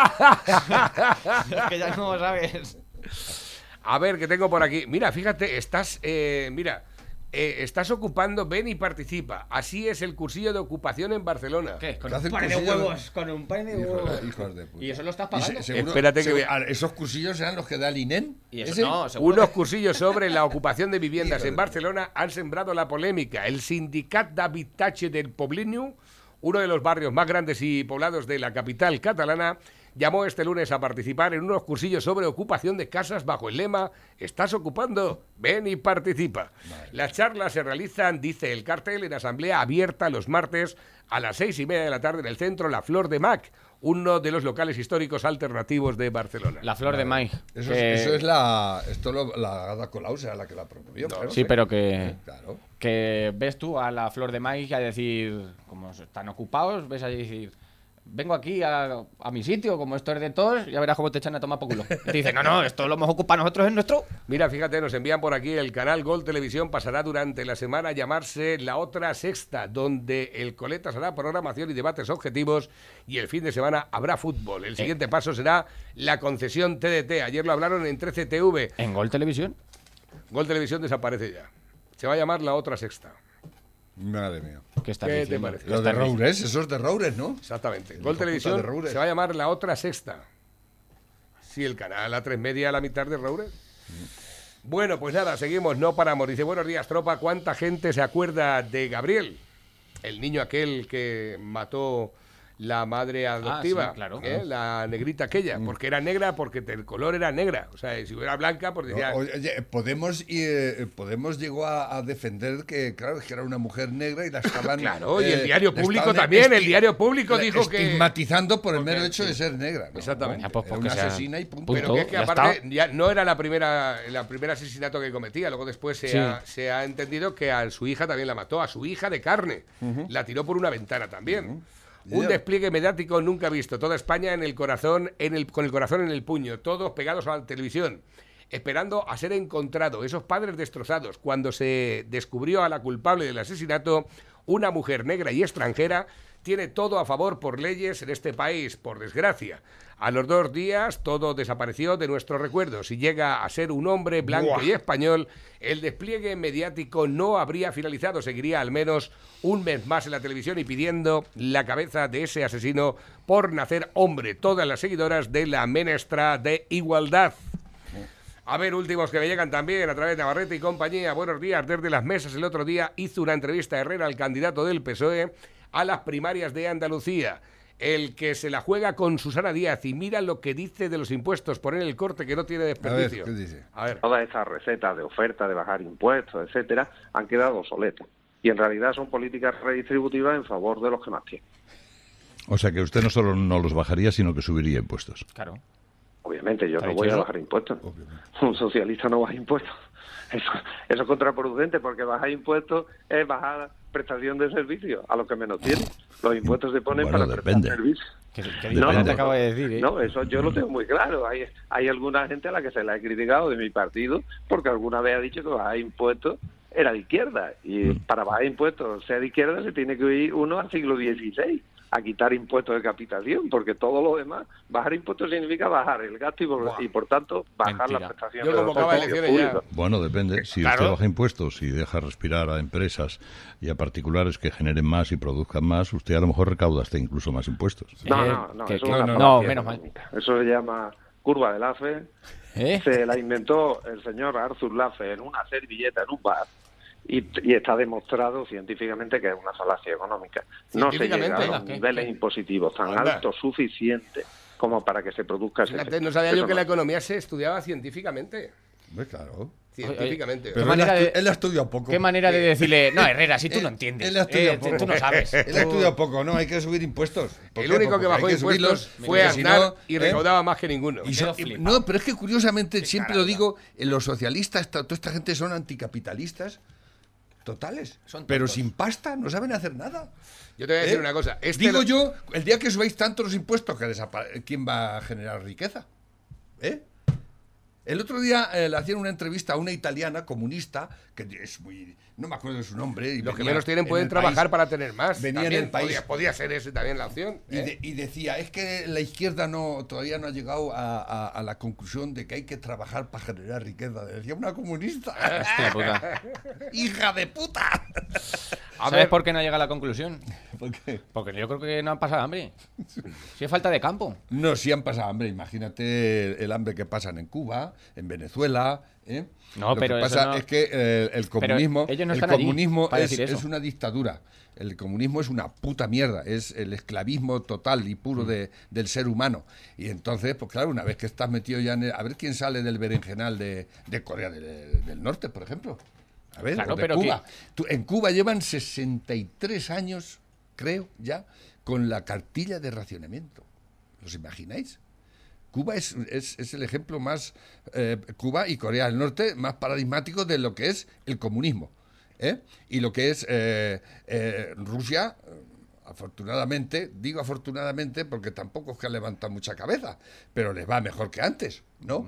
que ya no sabes. A ver, que tengo por aquí. Mira, fíjate, estás, eh, mira, eh, estás ocupando, ven y participa. Así es el cursillo de ocupación en Barcelona. ¿Qué? Con ¿Qué hace un par el de cursillo de- huevos, con un par de Hijos huevos. de, hijos de puta. ¿Y eso lo estás Y pagando? se- seguro- Espérate que seguro- voy a- a- ¿Esos cursillos serán los que da el I N E M? Y eso ¿Ese? no, seguro Unos que- cursillos sobre la ocupación de viviendas Hijo de en Barcelona han sembrado la polémica. El Sindicat d'Habitatge del Poblenou, uno de los barrios más grandes y poblados de la capital catalana, llamó este lunes a participar en unos cursillos sobre ocupación de casas bajo el lema ¿Estás ocupando? Ven y participa. Vale. Las charlas se realizan, dice el cartel, en asamblea abierta los martes a las seis y media de la tarde en el centro La Flor de Maig, uno de los locales históricos alternativos de Barcelona. La Flor vale. de Maig. Eso, que... es, eso es la... Esto lo, la Ada Colau será la que la promovió. No, claro, sí, ¿sí? pero que... Claro. Que ves tú a la Flor de Maig y a decir, como están ocupados, ves a decir... Vengo aquí a, a mi sitio, como esto es de todos, ya verás cómo te echan a tomar por culo. Y te dicen, no, no, esto lo hemos ocupado nosotros, es nuestro. Mira, fíjate, nos envían por aquí, el canal Gol Televisión pasará durante la semana a llamarse La Otra Sexta, donde el Coletas hará programación y debates objetivos y el fin de semana habrá fútbol. El siguiente eh. paso será la concesión T D T. Ayer lo hablaron en trece T V. ¿En Gol Televisión? Gol Televisión desaparece ya. Se va a llamar La Otra Sexta. Madre mía. ¿Qué, estás ¿Qué diciendo? te parece? Lo de Roures, eso es de Roures, ¿no? Exactamente. Gol Televisión se va a llamar La Otra Sexta. Sí, el canal A tres Media a la mitad de Roures. Mm. Bueno, pues nada, seguimos, no paramos. Dice, buenos días, tropa. ¿Cuánta gente se acuerda de Gabriel? El niño aquel que mató la madre adoptiva, ah, sí, claro. ¿eh? La negrita aquella, mm. porque era negra, porque el color era negra, o sea, si hubiera blanca, pues decía... No, oye, Podemos, eh, Podemos llegó a, a defender que, claro, que era una mujer negra y la estaban... Claro, eh, y el diario público también, el diario público dijo que... Estigmatizando por el mero hecho de ser negra, ¿no? Exactamente. ¿no? Pues era una asesina y punto. Pero que es que ya aparte, está. ya no era la primera, el primer asesinato que cometía, luego después se, sí. ha, se ha entendido que a su hija también la mató, a su hija de carne, uh-huh. la tiró por una ventana también. Uh-huh. Un despliegue mediático nunca visto. Toda España en el corazón, en el, con el corazón en el puño, todos pegados a la televisión, esperando a ser encontrado. Esos padres destrozados. Cuando se descubrió a la culpable del asesinato, una mujer negra y extranjera, tiene todo a favor por leyes en este país, por desgracia. A los dos días todo desapareció de nuestros recuerdos. Si llega a ser un hombre blanco Buah. y español, el despliegue mediático no habría finalizado. Seguiría al menos un mes más en la televisión y pidiendo la cabeza de ese asesino por nacer hombre. Todas las seguidoras de la menestra de igualdad. A ver, últimos que me llegan también a través de Navarrete y compañía. Buenos días. Desde las mesas el otro día hizo una entrevista a Herrera, al candidato del P S O E, a las primarias de Andalucía. El que se la juega con Susana Díaz y mira lo que dice de los impuestos, poner el corte que no tiene desperdicio. A ver, ¿qué dice? A ver. Todas esas recetas de oferta, de bajar impuestos, etcétera, han quedado obsoletas. Y en realidad son políticas redistributivas en favor de los que más tienen. O sea que usted no solo no los bajaría, sino que subiría impuestos. Claro. Obviamente, yo no voy a bajar impuestos. Obviamente. Un socialista no baja impuestos. Eso, eso es contraproducente, porque bajar impuestos es bajar prestación de servicio a los que menos tienen. Los impuestos se ponen bueno, para depende. prestar servicio. ¿Qué, qué no, no, te acabo de decir, ¿eh? No, eso yo lo tengo muy claro. Hay, hay alguna gente a la que se la he criticado de mi partido porque alguna vez ha dicho que bajar impuestos era de izquierda. Y mm. para bajar impuestos, sea de izquierda, se tiene que ir uno al siglo dieciséis a quitar impuestos de capitación, porque todo lo demás, bajar impuestos significa bajar el gasto y por, y por tanto bajar Mentira. las prestaciones Yo como de los públicos. Bueno, depende. Si claro. usted baja impuestos y deja respirar a empresas y a particulares que generen más y produzcan más, usted a lo mejor recauda hasta incluso más impuestos. No, no, no. Que, Eso, que, es una no, no menos mal. Eso se llama curva de Laffer. ¿Eh? Se la inventó el señor Arthur Laffer en una servilleta en un bar. Y, y está demostrado científicamente que es una falacia económica. No se llega a los niveles impositivos tan Anda. altos suficientes como para que se produzca ese Fíjate, no sabía Eso yo que no. la economía se estudiaba científicamente. Pues claro. Científicamente. Pero ¿Qué él, manera ha de, él ha estudiado poco. ¿Qué manera de decirle, no, Herrera, si tú no entiendes? Él ha estudiado eh, poco. Tú no sabes. Él ha estudiado poco, no, hay que subir impuestos. El único Porque que bajó que impuestos subirlos, fue Aznar, si no, y ¿eh? recaudaba más que ninguno. Y so, y, no, pero es que curiosamente, Qué siempre caramba. lo digo, los socialistas, toda esta gente son anticapitalistas totales, son pero sin pasta no saben hacer nada. Yo te voy a decir ¿Eh? una cosa. Este Digo lo... yo, el día que subáis tanto los impuestos, que ¿quién va a generar riqueza? ¿Eh? El otro día eh, le hacían una entrevista a una italiana comunista, que es muy... no me acuerdo de su nombre. Y los que menos tienen pueden trabajar país, para tener más. Venía también en el país. Podía, podía ser ese también la opción. ¿eh? Y, de, y decía, es que la izquierda no todavía no ha llegado a, a, a la conclusión de que hay que trabajar para generar riqueza. Decía una comunista. Hostia puta. ¡Hija de puta! A ¿Sabes ver. por qué no llega a la conclusión? ¿Por qué? Porque yo creo que no han pasado hambre. Si es falta de campo. No, sí han pasado hambre. Imagínate el, el hambre que pasan en Cuba, en Venezuela. ¿eh? No, Lo pero que eso pasa no- es que eh, el comunismo, ellos no el están allí comunismo para es, decir eso. es una dictadura. El comunismo es una puta mierda, es el esclavismo total y puro de, del ser humano. Y entonces, pues claro, una vez que estás metido ya en el, a ver quién sale del berenjenal de, de Corea del, del Norte, por ejemplo. A ver, Claro, o de pero Cuba. Tú- en Cuba llevan sesenta y tres años, creo, ya, con la cartilla de racionamiento. ¿Os imagináis? Cuba es, es, es el ejemplo más, eh, Cuba y Corea del Norte, más paradigmático de lo que es el comunismo. ¿eh? Y lo que es eh, eh, Rusia, eh, afortunadamente, digo afortunadamente porque tampoco es que levanta mucha cabeza, pero les va mejor que antes, ¿no?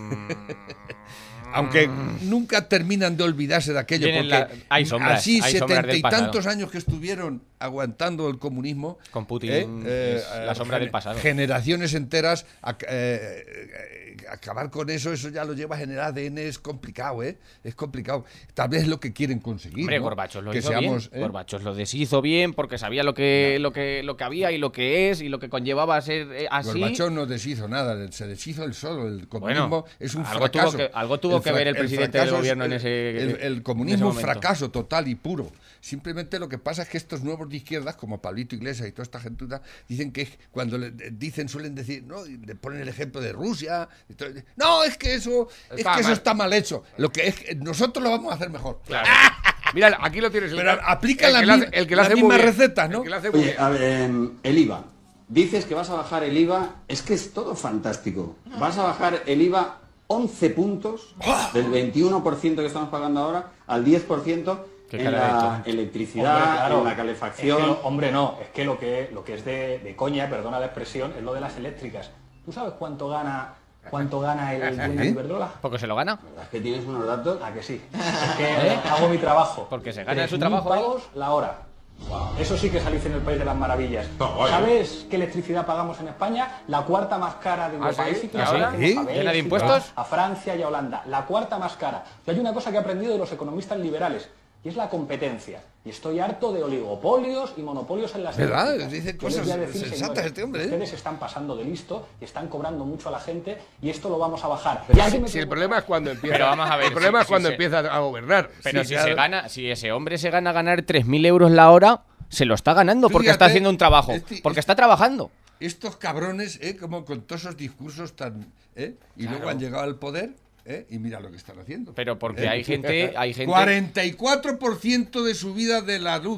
Aunque nunca terminan de olvidarse de aquello, Vienen porque la- hay sombras, así hay sombras setenta del y pasado. tantos años que estuvieron aguantando el comunismo, Con Putin ¿eh? es la sombra del pasado. Generaciones enteras, ac- eh, eh, acabar con eso, eso ya lo llevas en el A D N, es complicado, ¿eh? Es complicado. Tal vez es lo que quieren conseguir. Hombre, ¿no? Gorbachov lo que hizo seamos, bien. ¿eh? Gorbachov lo deshizo bien porque sabía lo que, lo que, lo que había y lo que es y lo que conllevaba ser eh, así. Gorbachov no deshizo nada, se deshizo él solo. El comunismo Bueno, es un algo fracaso. tuvo que- algo tuvo que fra- ver el presidente del fracaso es gobierno en el- ese- El, el en comunismo ese es momento. fracaso total y puro. Simplemente lo que pasa es que estos nuevos de izquierdas, como Pablito Iglesias y toda esta gentuda, dicen que cuando le dicen, suelen decir, no, y le ponen el ejemplo de Rusia. y todo, no, es que eso, es Está que eso mal. está mal hecho. Lo que es que nosotros lo vamos a hacer mejor. Claro. Mira, aquí lo tienes. el Pero que- aplica el la que lo mi- hace- el que lo las hace muy mismas bien. recetas, ¿no? El que lo hace muy Oye, bien. a ver, em, el I V A. Dices que vas a bajar el I V A, es que es todo fantástico. Vas a bajar el I V A once puntos, del veintiuno por ciento que estamos pagando ahora, al diez por ciento Qué en cara de la esto. electricidad, Hombre, claro. en la Es calefacción. que lo- hombre, no, es que lo que, lo que es de, de coña, perdona la expresión, es lo de las eléctricas. ¿Tú sabes cuánto gana cuánto gana el dueño de Iberdrola? Porque se lo gana. ¿Es que tienes unos datos? ¿A que sí? Es que hago mi trabajo. Porque se gana en su tres mil trabajo, ¿eh? pavos la hora. Eso sí que es Alicia en el País de las Maravillas. vaya. ¿Sabes qué electricidad pagamos en España? La cuarta más cara de Europa. ¿Ah, sí? Ahí que ¿Ah, nos sí? parecemos ¿Sí? a ¿Llena de Bélgica, impuestos? A Francia y a Holanda. La cuarta más cara. Yo hay una cosa que he aprendido de los economistas liberales y es la competencia. Y estoy harto de oligopolios y monopolios en las ¿Verdad? eléctricas. Dice Yo les cosas voy a decir, sensatas señores, este hombre, ¿eh? Ustedes se están pasando de listo y están cobrando mucho a la gente y esto lo vamos a bajar. Y Si, alguien me si el pregunta- problema es cuando empieza. Pero vamos a ver, El problema si- es cuando si se- empieza a gobernar. Pero Sí, si claro. se gana, si ese hombre se gana ganar tres mil euros la hora, se lo está ganando porque Fíjate, está haciendo un trabajo. este- Porque está trabajando. Estos cabrones, ¿eh? Como con todos esos discursos tan... ¿eh? Y luego han llegado al poder, ¿eh? Y mira lo que están haciendo. Pero porque ¿Eh? hay gente, hay gente. cuarenta y cuatro por ciento de subida de la luz.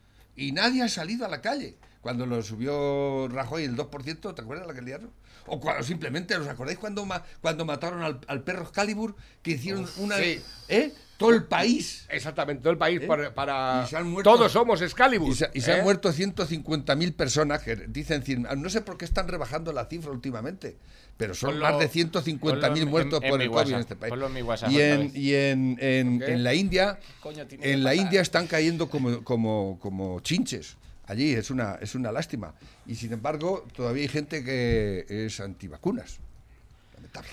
Y nadie ha salido a la calle. Cuando lo subió Rajoy el dos por ciento, ¿te acuerdas la que liaron? O cuando simplemente, ¿os acordáis cuando, ma- cuando mataron al, al perro Excalibur? Que hicieron una... sí. ¿eh? Todo el país. Exactamente, todo el país ¿Eh? para... para- Y se han muerto- Todos somos Excalibur. Y se, y se ¿eh? han muerto ciento cincuenta mil personas que dicen, cien- no sé por qué están rebajando la cifra últimamente, pero son Ponlo- más de ciento cincuenta mil ponlo en- muertos en por mi el COVID en WhatsApp, este país. ponlo en mi WhatsApp Y otra en, vez. y en, en, ¿Qué? en la India, Coño, tiene que en la pasar. India están cayendo como, como, como chinches. Allí es una, es una lástima. Y sin embargo, todavía hay gente que es antivacunas. Lamentable.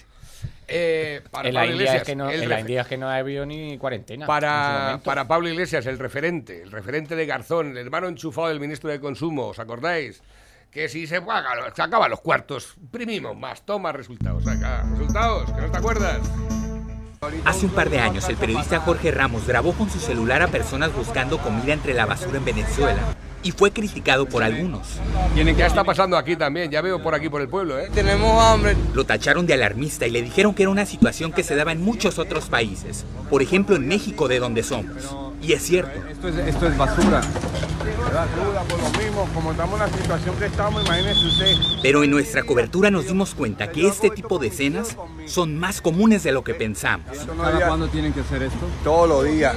Eh, para En la, Pablo India Iglesias, es que no, el en la refe- India es que no ha habido ni cuarentena. en su Para, momento. para Pablo Iglesias, el referente, el referente de Garzón, el hermano enchufado del ministro de Consumo, ¿os acordáis? Que si se, paga, se acaban los cuartos, imprimimos más, toma resultados, saca resultados, que no te acuerdas. Hace un par de años, el periodista Jorge Ramos grabó con su celular a personas buscando comida entre la basura en Venezuela y fue criticado por algunos. Ya está pasando aquí también, ya veo por aquí por el pueblo, ¿eh? Tenemos hambre. Lo tacharon de alarmista y le dijeron que era una situación que se daba en muchos otros países, por ejemplo en México, de donde somos. Y es cierto. Esto es, esto es basura. Es basura por lo mismo, como estamos en la situación que estamos, imagínese usted. Pero en nuestra cobertura nos dimos cuenta que este tipo de escenas son más comunes de lo que pensamos. ¿Cada cuándo tienen que hacer esto? Todos los días.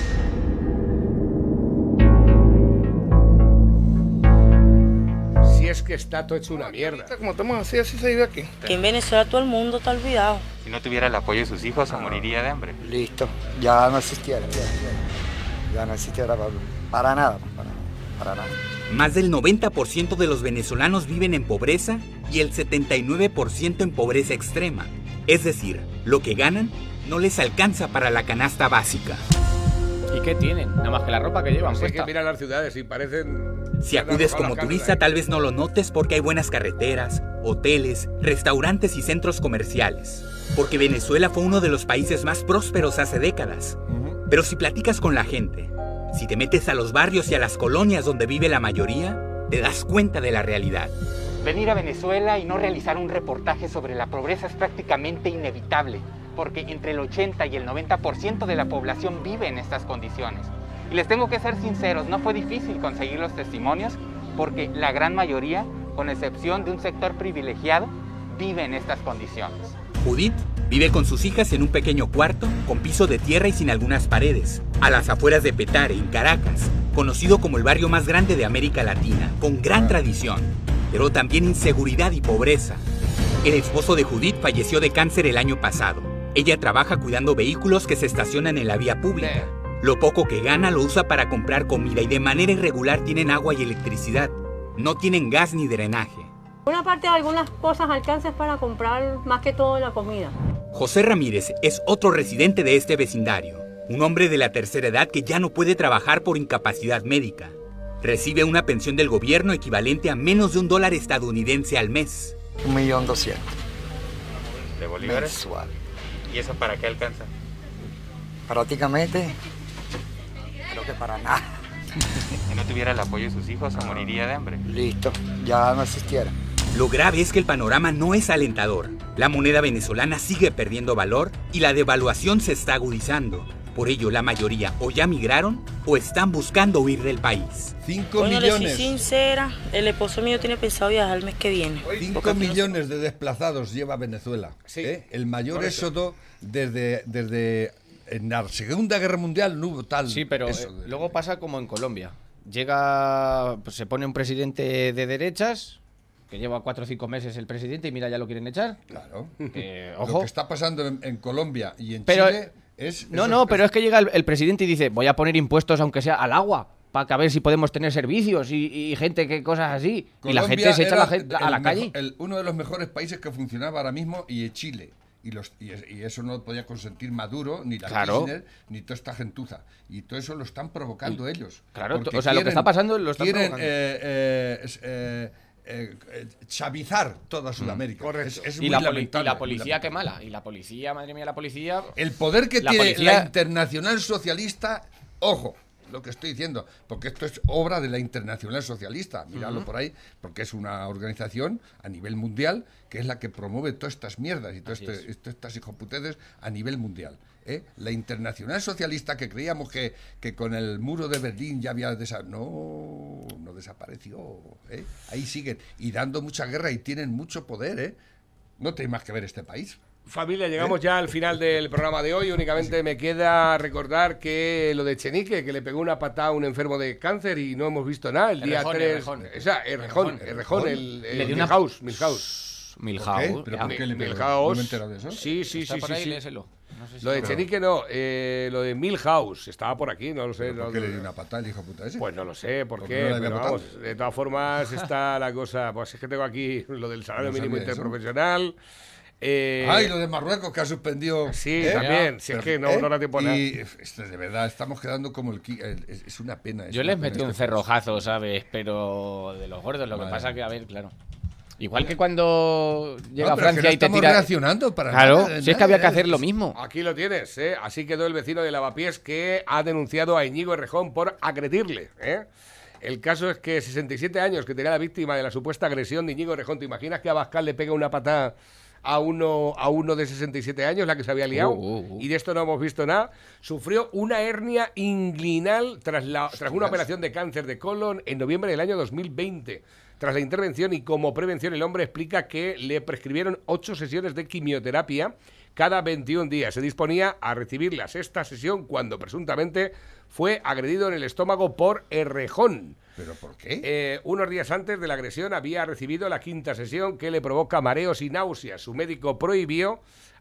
Si es que está todo hecho una mierda. Como estamos así, así se vive aquí. Que en Venezuela todo el mundo está olvidado. Si no tuviera el apoyo de sus hijos, se moriría de hambre. Listo, ya no existiera. Ya no existiera para, para nada, para, para nada. Más del noventa por ciento de los venezolanos viven en pobreza y el setenta y nueve por ciento en pobreza extrema. Es decir, lo que ganan no les alcanza para la canasta básica. ¿Y qué tienen? Nada más que la ropa que llevan. Así puesta. que mira las ciudades y parecen... Si acudes como turista, tal vez no lo notes porque hay buenas carreteras, hoteles, restaurantes y centros comerciales. Porque Venezuela fue uno de los países más prósperos hace décadas. Pero si platicas con la gente, si te metes a los barrios y a las colonias donde vive la mayoría, te das cuenta de la realidad. Venir a Venezuela y no realizar un reportaje sobre la pobreza es prácticamente inevitable, porque entre el ochenta y el noventa por ciento de la población vive en estas condiciones. Y les tengo que ser sinceros, no fue difícil conseguir los testimonios, porque la gran mayoría, con excepción de un sector privilegiado, vive en estas condiciones. Judith vive con sus hijas en un pequeño cuarto, con piso de tierra y sin algunas paredes, a las afueras de Petare, en Caracas, conocido como el barrio más grande de América Latina, con gran tradición, pero también inseguridad y pobreza. El esposo de Judith falleció de cáncer el año pasado. Ella trabaja cuidando vehículos que se estacionan en la vía pública. Lo poco que gana lo usa para comprar comida y de manera irregular tienen agua y electricidad. No tienen gas ni drenaje. Una parte de algunas cosas alcanza para comprar más que todo la comida. José Ramírez es otro residente de este vecindario, un hombre de la tercera edad que ya no puede trabajar por incapacidad médica. Recibe una pensión del gobierno equivalente a menos de un dólar estadounidense al mes. Un millón doscientos. ¿De bolívares? Mensual. ¿Y eso para qué alcanza? Prácticamente, creo que para nada. Si no tuviera el apoyo de sus hijos, se moriría de hambre. Listo, ya no existiera. Lo grave es que el panorama no es alentador. La moneda venezolana sigue perdiendo valor y la devaluación se está agudizando. Por ello, la mayoría o ya migraron o están buscando huir del país. Cinco Bueno, millones. le soy sincera, el esposo mío tiene pensado viajar el mes que viene. Cinco millones de desplazados lleva Venezuela. Sí. ¿eh? El mayor Correcto. éxodo desde, desde en la Segunda Guerra Mundial no hubo tal. Sí, pero eso eh, de- luego pasa como en Colombia. Llega, pues se pone un presidente de derechas, que lleva cuatro o cinco meses el presidente y mira, ya lo quieren echar. Claro. Que, Lo ojo. que está pasando en, en Colombia y en Pero- Chile es... No, eso- no, pero es que llega el, el presidente y dice, voy a poner impuestos aunque sea al agua, para que a ver si podemos tener servicios y, y gente que cosas así. y la Colombia gente se echa a la, era gente, a el la mejo- calle. el- uno de los mejores países que funcionaba ahora mismo y en Chile. Y, los, y, es- y eso no lo podía consentir Maduro, ni la Claro. Kirchner, ni toda esta gentuza. Y todo eso lo están provocando ellos. Claro, Porque o sea, lo que está pasando lo están quieren, provocando. eh, eh, es- eh, eh, eh, chavizar toda Sudamérica. Correcto. Es, es y, muy la poli- y lamentable, la muy policía, lamentable. qué mala. Y la policía, madre mía, la policía. El poder que La tiene policía- la Internacional Socialista, ojo, lo que estoy diciendo, porque esto es obra de la Internacional Socialista, miradlo Ujú. por ahí, porque es una organización a nivel mundial que es la que promueve todas estas mierdas y todas Así este- es. todas estas hijoputeces a nivel mundial. ¿eh? La Internacional Socialista, que creíamos que, que con el muro de Berlín ya había desaparecido, no, no desapareció. ¿eh? Ahí siguen y dando mucha guerra y tienen mucho poder. ¿eh? No tenéis más que ver este país. Familia, llegamos ya al final del programa de hoy. Únicamente me queda recordar que lo de Chenique, que le pegó una patada a un enfermo de cáncer y no hemos visto nada. El día Errejón, tres. Errejón. Esa, Errejón, Errejón. Errejón, el, el Le dio una- Milhouse, Milhouse. Milhouse. ¿Pero ya. por qué le pegó? Milhouse. No me he enterado de eso. Sí, sí, Está sí, por sí, ahí, sí. léeselo. No sé si Lo de lo- Chenique no, eh, lo de Milhouse estaba por aquí, no lo sé. ¿Por no- qué le dio una patada el hijo puta ese? Pues no lo sé por ¿Por qué qué, no le había pero votado? vamos, de todas formas está la cosa, pues es que tengo aquí lo del salario No mínimo sabía eso. interprofesional. Eh, Ah, y lo de Marruecos que ha suspendido. Sí, ¿eh? también, si es que no- no da tiempo a nada. Y esto, de verdad, estamos quedando como el. qui- el- es, es una pena. es Yo una les pena metí un este cerrojazo, ¿sabes? Pero de los gordos. Lo Madre que pasa mía. que, a ver, claro. Igual que cuando llega No, a pero es que Francia no y te estamos tira. reaccionando para Claro, nada, de si es que nada, había que es- hacer lo mismo. Aquí lo tienes, ¿eh? Así quedó el vecino de Lavapiés que ha denunciado a Íñigo Errejón por agredirle, ¿eh? El caso es que sesenta y siete años que tenía la víctima de la supuesta agresión de Íñigo Errejón. ¿Te imaginas que Abascal le pega una patada a uno, a uno de sesenta y siete años, la que se había liado? Uh, uh, uh. Y de esto no hemos visto nada. Sufrió una hernia inguinal tras, la, tras una operación de cáncer de colon en noviembre del año dos mil veinte. Tras la intervención y como prevención, el hombre explica que le prescribieron ocho sesiones de quimioterapia cada veintiún días. Se disponía a recibir la sexta sesión cuando presuntamente fue agredido en el estómago por Errejón. ¿Pero por qué? Eh, unos días antes de la agresión había recibido la quinta sesión que le provoca mareos y náuseas. Su médico prohibió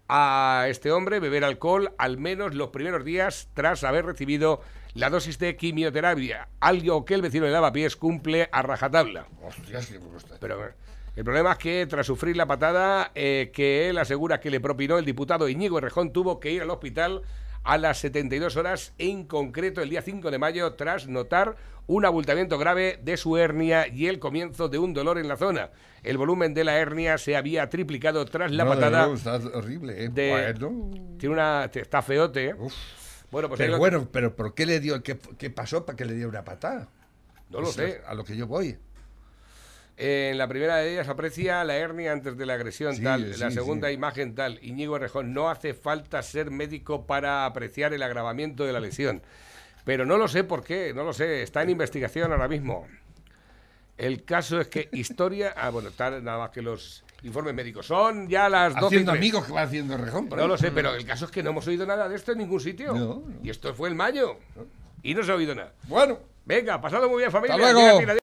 a este hombre beber alcohol al menos los primeros días tras haber recibido la dosis de quimioterapia, algo que el vecino de Lavapiés cumple a rajatabla. Hostias, qué gusto. Pero eh, el problema es que tras sufrir la patada eh, que él asegura que le propinó el diputado Íñigo Errejón, tuvo que ir al hospital a las setenta y dos horas, en concreto el día cinco de mayo, tras notar un abultamiento grave de su hernia y el comienzo de un dolor en la zona. El volumen de la hernia se había triplicado tras la no, patada. No, está horrible, ¿eh? De, bueno. Tiene una, está feote, ¿eh? Uf. Bueno, pues pero lo... bueno, pero ¿por qué le dio, qué, qué pasó para que le diera una patada? No lo Eso sé. A lo que yo voy. En la primera de ellas aprecia la hernia antes de la agresión, Sí, tal. sí, La segunda sí. imagen, tal. Íñigo Errejón, no hace falta ser médico para apreciar el agravamiento de la lesión. Pero no lo sé por qué, no lo sé. Está en investigación ahora mismo. El caso es que historia... Ah, bueno, está nada más que los informes médicos. Son ya las doce Haciendo y tres. amigos que va haciendo Errejón. No lo sé, pero el caso es que no hemos oído nada de esto en ningún sitio. No, no. Y esto fue en mayo. Y no se ha oído nada. Bueno. Venga, pasado muy bien, familia. Hasta luego. Llega, tira,